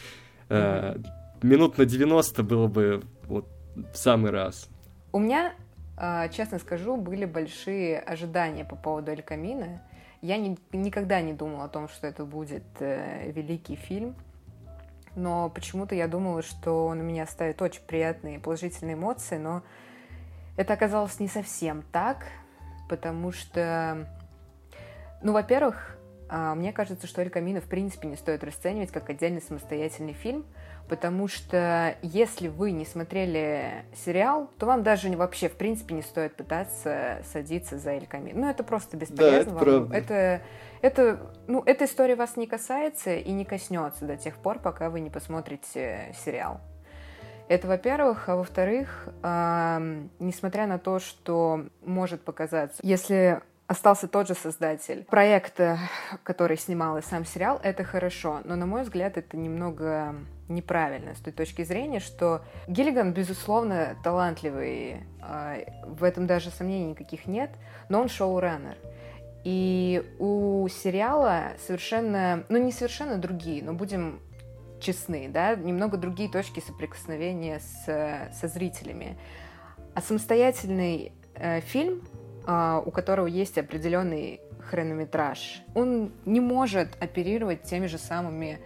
Минут на 90 было бы вот в самый раз. У меня, честно скажу, были большие ожидания по поводу «Эль Камино». Я никогда не думала о том, что это будет великий фильм. Но почему-то я думала, что он у меня оставит очень приятные положительные эмоции, но это оказалось не совсем так, потому что, ну, во-первых, мне кажется, что «Эль Камино» в принципе не стоит расценивать как отдельный самостоятельный фильм, потому что если вы не смотрели сериал, то вам даже вообще в принципе не стоит пытаться садиться за «Эль Камино». Ну, это просто бесполезно. Да, это правда. Эта история вас не касается и не коснется до тех пор, пока вы не посмотрите сериал. Это, во-первых. А во-вторых, несмотря на то, что может показаться, если остался тот же создатель проекта, который снимал и сам сериал, это хорошо. Но, на мой взгляд, это немного неправильно с той точки зрения, что Гиллиган, безусловно, талантливый. В этом даже сомнений никаких нет. Но он шоураннер. И у сериала совершенно... Ну, не совершенно другие, но будем честны, да, немного другие точки соприкосновения со зрителями. А самостоятельный фильм, у которого есть определенный хронометраж, он не может оперировать теми же самыми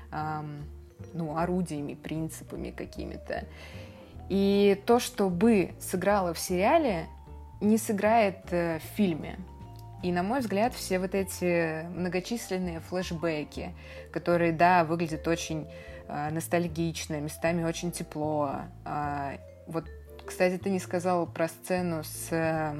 орудиями, принципами какими-то. И то, что бы сыграло в сериале, не сыграет в фильме. И, на мой взгляд, все вот эти многочисленные флешбеки, которые, да, выглядят очень ностальгично, местами очень тепло. Вот, кстати, ты не сказала про сцену с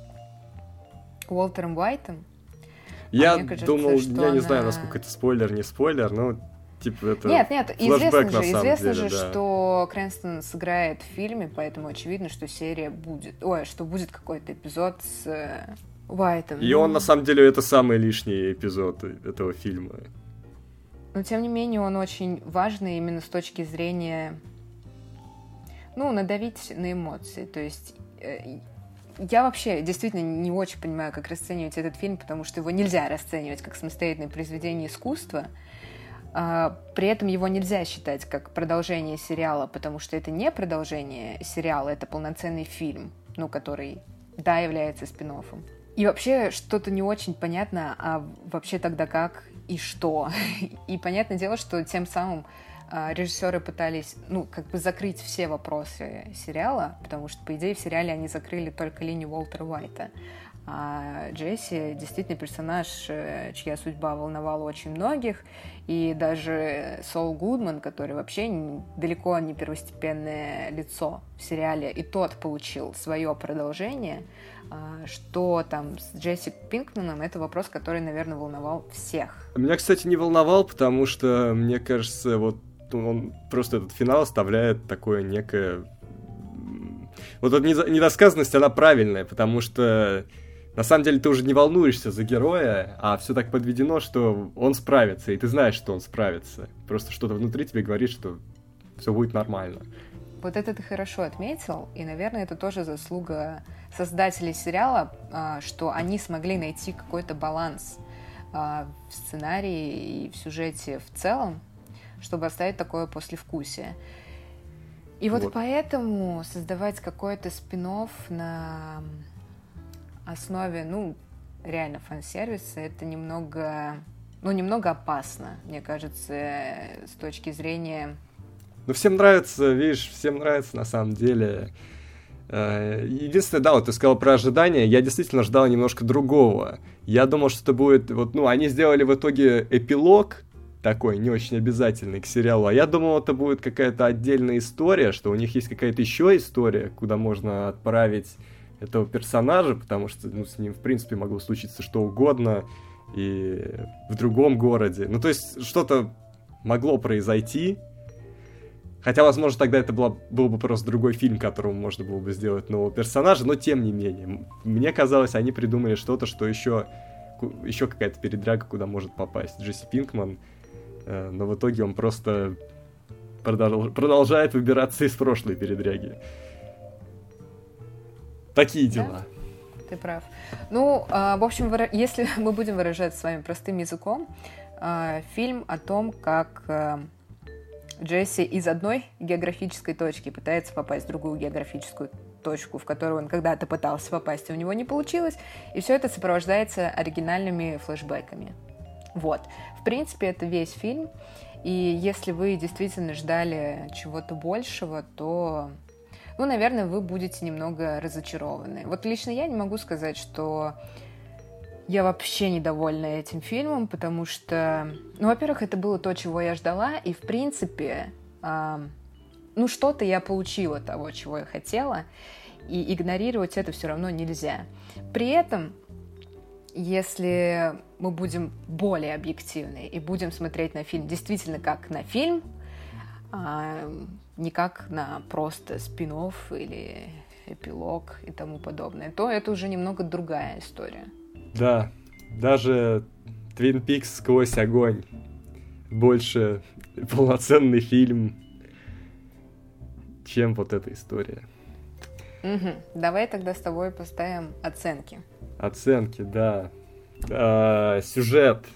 Уолтером Уайтом. Я думал, я не знаю, насколько это спойлер, не спойлер, но типа это Нет, флешбэк, известно же, да. что Крэнстон сыграет в фильме, поэтому очевидно, что серия будет... что будет какой-то эпизод с Уайтом. И он, на самом деле, это самый лишний эпизод этого фильма. Но, тем не менее, он очень важный именно с точки зрения, надавить на эмоции. То есть я вообще действительно не очень понимаю, как расценивать этот фильм, потому что его нельзя расценивать как самостоятельное произведение искусства. При этом его нельзя считать как продолжение сериала, потому что это не продолжение сериала, это полноценный фильм, который да, является спин-оффом. И вообще что-то не очень понятно, а вообще тогда как и что. И понятное дело, что тем самым режиссеры пытались, как бы закрыть все вопросы сериала, потому что, по идее, в сериале они закрыли только линию Уолтера Уайта. А Джесси действительно персонаж, чья судьба волновала очень многих, и даже Сол Гудман, который вообще далеко не первостепенное лицо в сериале, и тот получил свое продолжение. Что там с Джесси Пинкманом, это вопрос, который, наверное, волновал всех. Меня, кстати, не волновал, потому что, мне кажется, вот он просто этот финал оставляет такое некое... Вот эта недосказанность, она правильная, потому что на самом деле ты уже не волнуешься за героя, а все так подведено, что он справится, и ты знаешь, что он справится. Просто что-то внутри тебе говорит, что все будет нормально. Вот это ты хорошо отметил, и, наверное, это тоже заслуга создателей сериала, что они смогли найти какой-то баланс в сценарии и в сюжете в целом, чтобы оставить такое послевкусие. И вот поэтому создавать какой-то спин-офф на основе, реально фан-сервиса, это немного опасно, мне кажется, с точки зрения... Всем нравится, видишь, всем нравится на самом деле. Единственное, да, вот ты сказал про ожидания, я действительно ждал немножко другого. Я думал, что это будет, они сделали в итоге эпилог, такой, не очень обязательный к сериалу, а я думал, это будет какая-то отдельная история, что у них есть какая-то еще история, куда можно отправить этого персонажа, потому что, с ним, в принципе, могло случиться что угодно, и в другом городе. То есть, что-то могло произойти, хотя, возможно, тогда это был бы просто другой фильм, которому можно было бы сделать нового персонажа, но тем не менее. Мне казалось, они придумали что-то, что еще какая-то передряга, куда может попасть Джесси Пинкман, но в итоге он просто продолжает выбираться из прошлой передряги. Такие дела. Да, ты прав. В общем, если мы будем выражать с вами простым языком, фильм о том, как Джесси из одной географической точки пытается попасть в другую географическую точку, в которую он когда-то пытался попасть, и у него не получилось, и все это сопровождается оригинальными флешбэками. Вот. В принципе, это весь фильм, и если вы действительно ждали чего-то большего, то... наверное, вы будете немного разочарованы. Вот лично я не могу сказать, что я вообще недовольна этим фильмом, потому что, во-первых, это было то, чего я ждала, и, в принципе, что-то я получила того, чего я хотела, и игнорировать это все равно нельзя. При этом, если мы будем более объективны и будем смотреть на фильм действительно как на фильм, не как на просто спин-офф или эпилог и тому подобное, то это уже немного другая история. Да, даже Twin Peaks сквозь огонь больше полноценный фильм, чем вот эта история. Давай тогда с тобой поставим оценки. Оценки, да. Сюжет.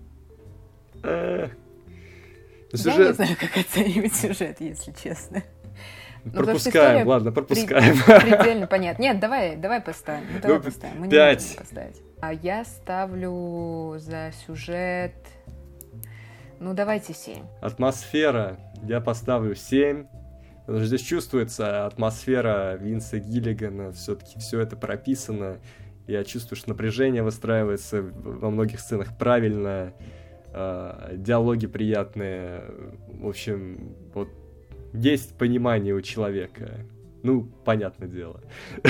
Я не знаю, как оценивать сюжет, если честно. Пропускаем, ладно, пропускаем. Предельно понятно. Нет, давай поставим. Давай поставим. Мы 5. Не можем поставить. А я ставлю за сюжет... давайте 7. Атмосфера. Я поставлю 7. Потому что здесь чувствуется атмосфера Винса Гиллигана. Все-таки все это прописано. Я чувствую, что напряжение выстраивается во многих сценах правильно. Диалоги приятные. В общем, вот есть понимание у человека. Понятное дело.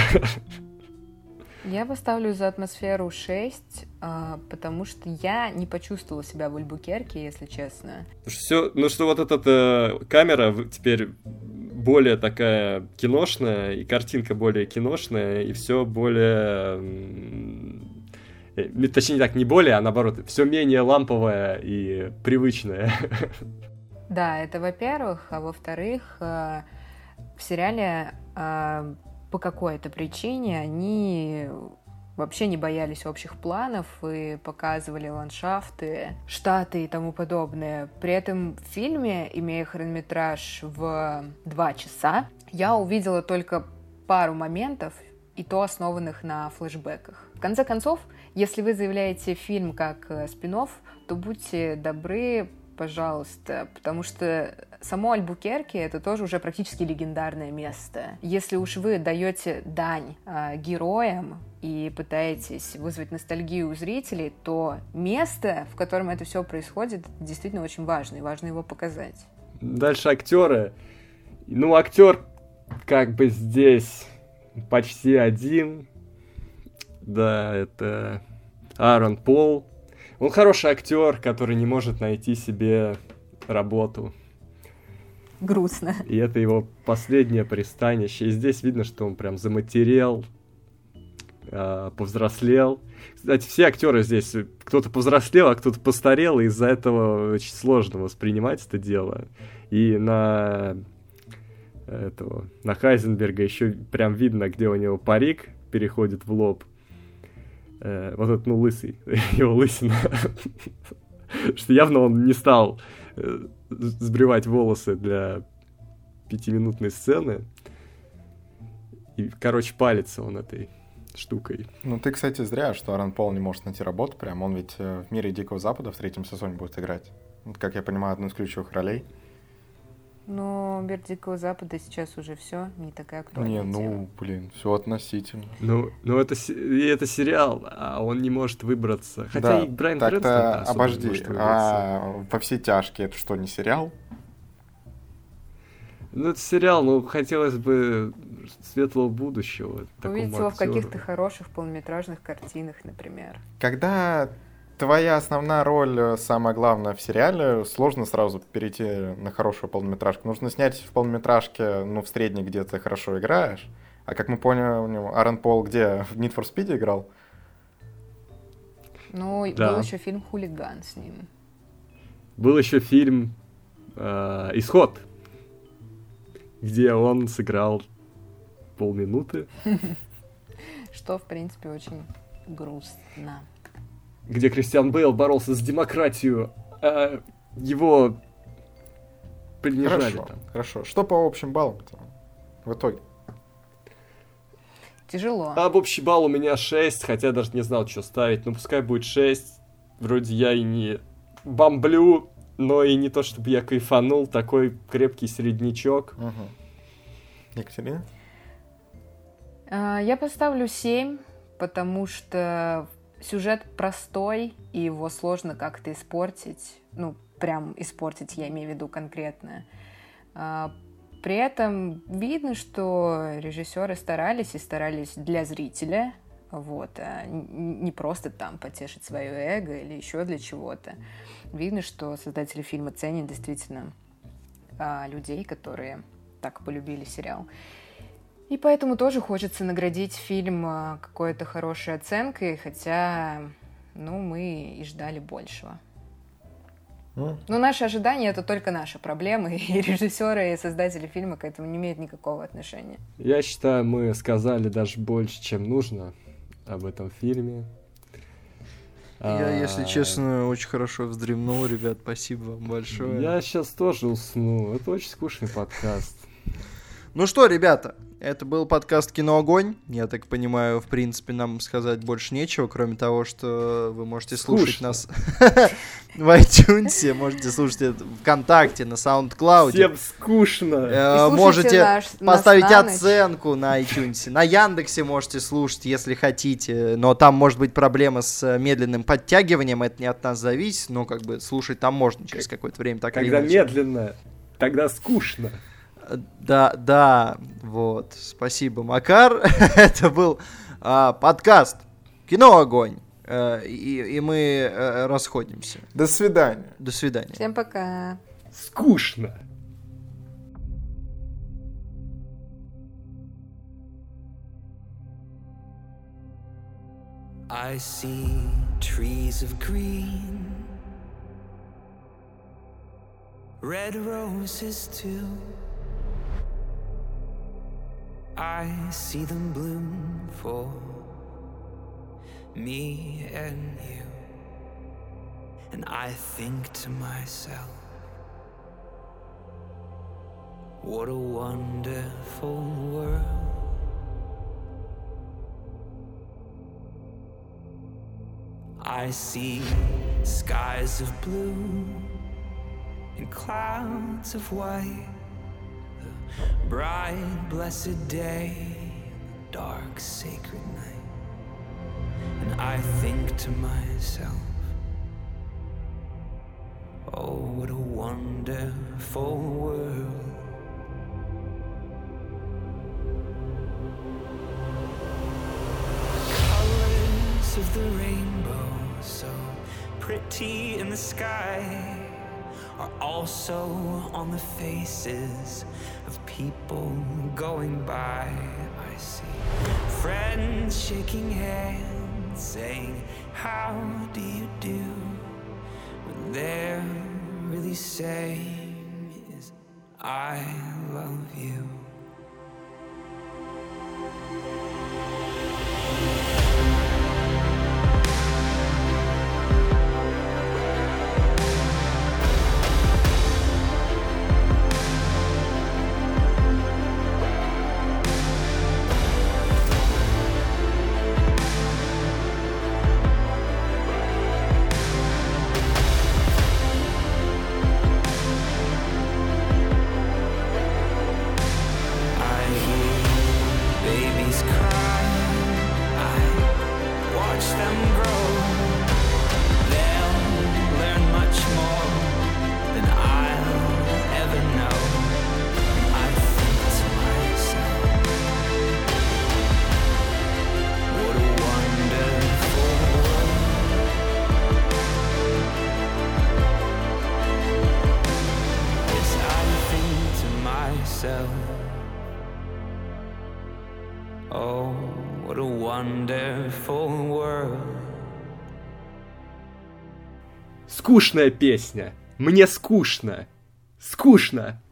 Я поставлю за атмосферу 6, потому что я не почувствовала себя в Альбукерке, если честно. Что вот эта камера теперь более такая киношная, и картинка более киношная, и все более... Точнее, не так, не более, а наоборот, все менее ламповое и привычное. Да, это во-первых. А во-вторых, в сериале по какой-то причине они вообще не боялись общих планов и показывали ландшафты, штаты и тому подобное. При этом в фильме, имея хронометраж в 2 часа, я увидела только пару моментов, и то основанных на флешбеках. В конце концов, если вы заявляете фильм как спин-офф, то будьте добры, пожалуйста, потому что само Альбукерке — это тоже уже практически легендарное место. Если уж вы даете дань героям и пытаетесь вызвать ностальгию у зрителей, то место, в котором это все происходит, действительно очень важно, и важно его показать. Дальше актеры. Ну, актер как бы здесь почти один. Да, это Аарон Пол. Он хороший актер, который не может найти себе работу. Грустно. И это его последнее пристанище. И здесь видно, что он прям заматерел, повзрослел. Кстати, все актеры здесь, кто-то повзрослел, а кто-то постарел, и из-за этого очень сложно воспринимать это дело. И на Хайзенберга еще прям видно, где у него парик переходит в лоб. Вот этот, лысый, его лысина. Что явно он не стал сбривать волосы для 5-минутной сцены. И, палится он этой штукой. Ну, ты, кстати, зря, что Аарон Пол не может найти работу. Прям он ведь в «Мире Дикого Запада» в 3-м сезоне будет играть. Как я понимаю, одну из ключевых ролей. Но «Мир Дикого Запада» сейчас уже все не такая актуальная тема. Все относительно. Ну это сериал, а он не может выбраться. Хотя Да, и Брайан Крэнстон так-то особо не обожди, может выбраться. «Во все тяжкие» — это что, не сериал? Ну, это сериал, хотелось бы светлого будущего. Увидеть его в каких-то хороших полнометражных картинах, например. Когда твоя основная роль, самая главная в сериале, сложно сразу перейти на хорошую полнометражку. Нужно снять в полнометражке, в средней, где ты хорошо играешь. А как мы поняли, у него Аарон Пол где? В Need for Speed играл? Ну, Да. был еще фильм «Хулиган» с ним. Был еще фильм «Исход», где он сыграл полминуты. Что, в принципе, очень грустно. Где Кристиан Бейл боролся за демократию, а его принижали там. Хорошо. Что по общим баллам-то в итоге? Тяжело. А общий балл у меня 6, хотя даже не знал, что ставить. Ну, пускай будет 6. Вроде я и не бомблю, но и не то, чтобы я кайфанул. Такой крепкий среднячок. Угу. Екатерина? Я поставлю 7, потому что сюжет простой, и его сложно как-то испортить. Ну, прям испортить, я имею в виду конкретно. При этом видно, что режиссеры старались и старались для зрителя, не просто там потешить свое эго или еще для чего-то. Видно, что создатели фильма ценят действительно людей, которые так полюбили сериал. И поэтому тоже хочется наградить фильм какой-то хорошей оценкой, хотя, мы и ждали большего. Но наши ожидания — это только наши проблемы, и режиссеры и создатели фильма к этому не имеют никакого отношения. Я считаю, мы сказали даже больше, чем нужно об этом фильме. Я, если честно, очень хорошо вздремнул, ребят, спасибо вам большое. Я сейчас тоже усну, это очень скучный подкаст. Ну что, ребята, это был подкаст «Кино Огонь». Я так понимаю, в принципе, нам сказать больше нечего, кроме того, что вы можете слушать нас в iTunes, можете слушать это ВКонтакте, на SoundCloud. Всем скучно. Можете поставить оценку на iTunes. На Яндексе можете слушать, если хотите, но там может быть проблема с медленным подтягиванием, это не от нас зависит, но слушать там можно через какое-то время. Когда медленно, тогда скучно. Да, вот. Спасибо, Макар. Это был подкаст «Кино Огонь». И мы расходимся. До свидания. До свидания. Всем пока. Скучно. I see trees of green, red roses too. I see them bloom for me and you, and I think to myself, what a wonderful world. I see skies of blue and clouds of white, the bright blessed day, the dark sacred night. And I think to myself, oh, what a wonderful world. Colors of the rainbow, so pretty in the sky, are also on the faces of people going by. I see friends shaking hands, saying, how do you do? What they're really saying is, I love you. Oh, what a wonderful world. Скучная песня. Мне скучно. Скучно.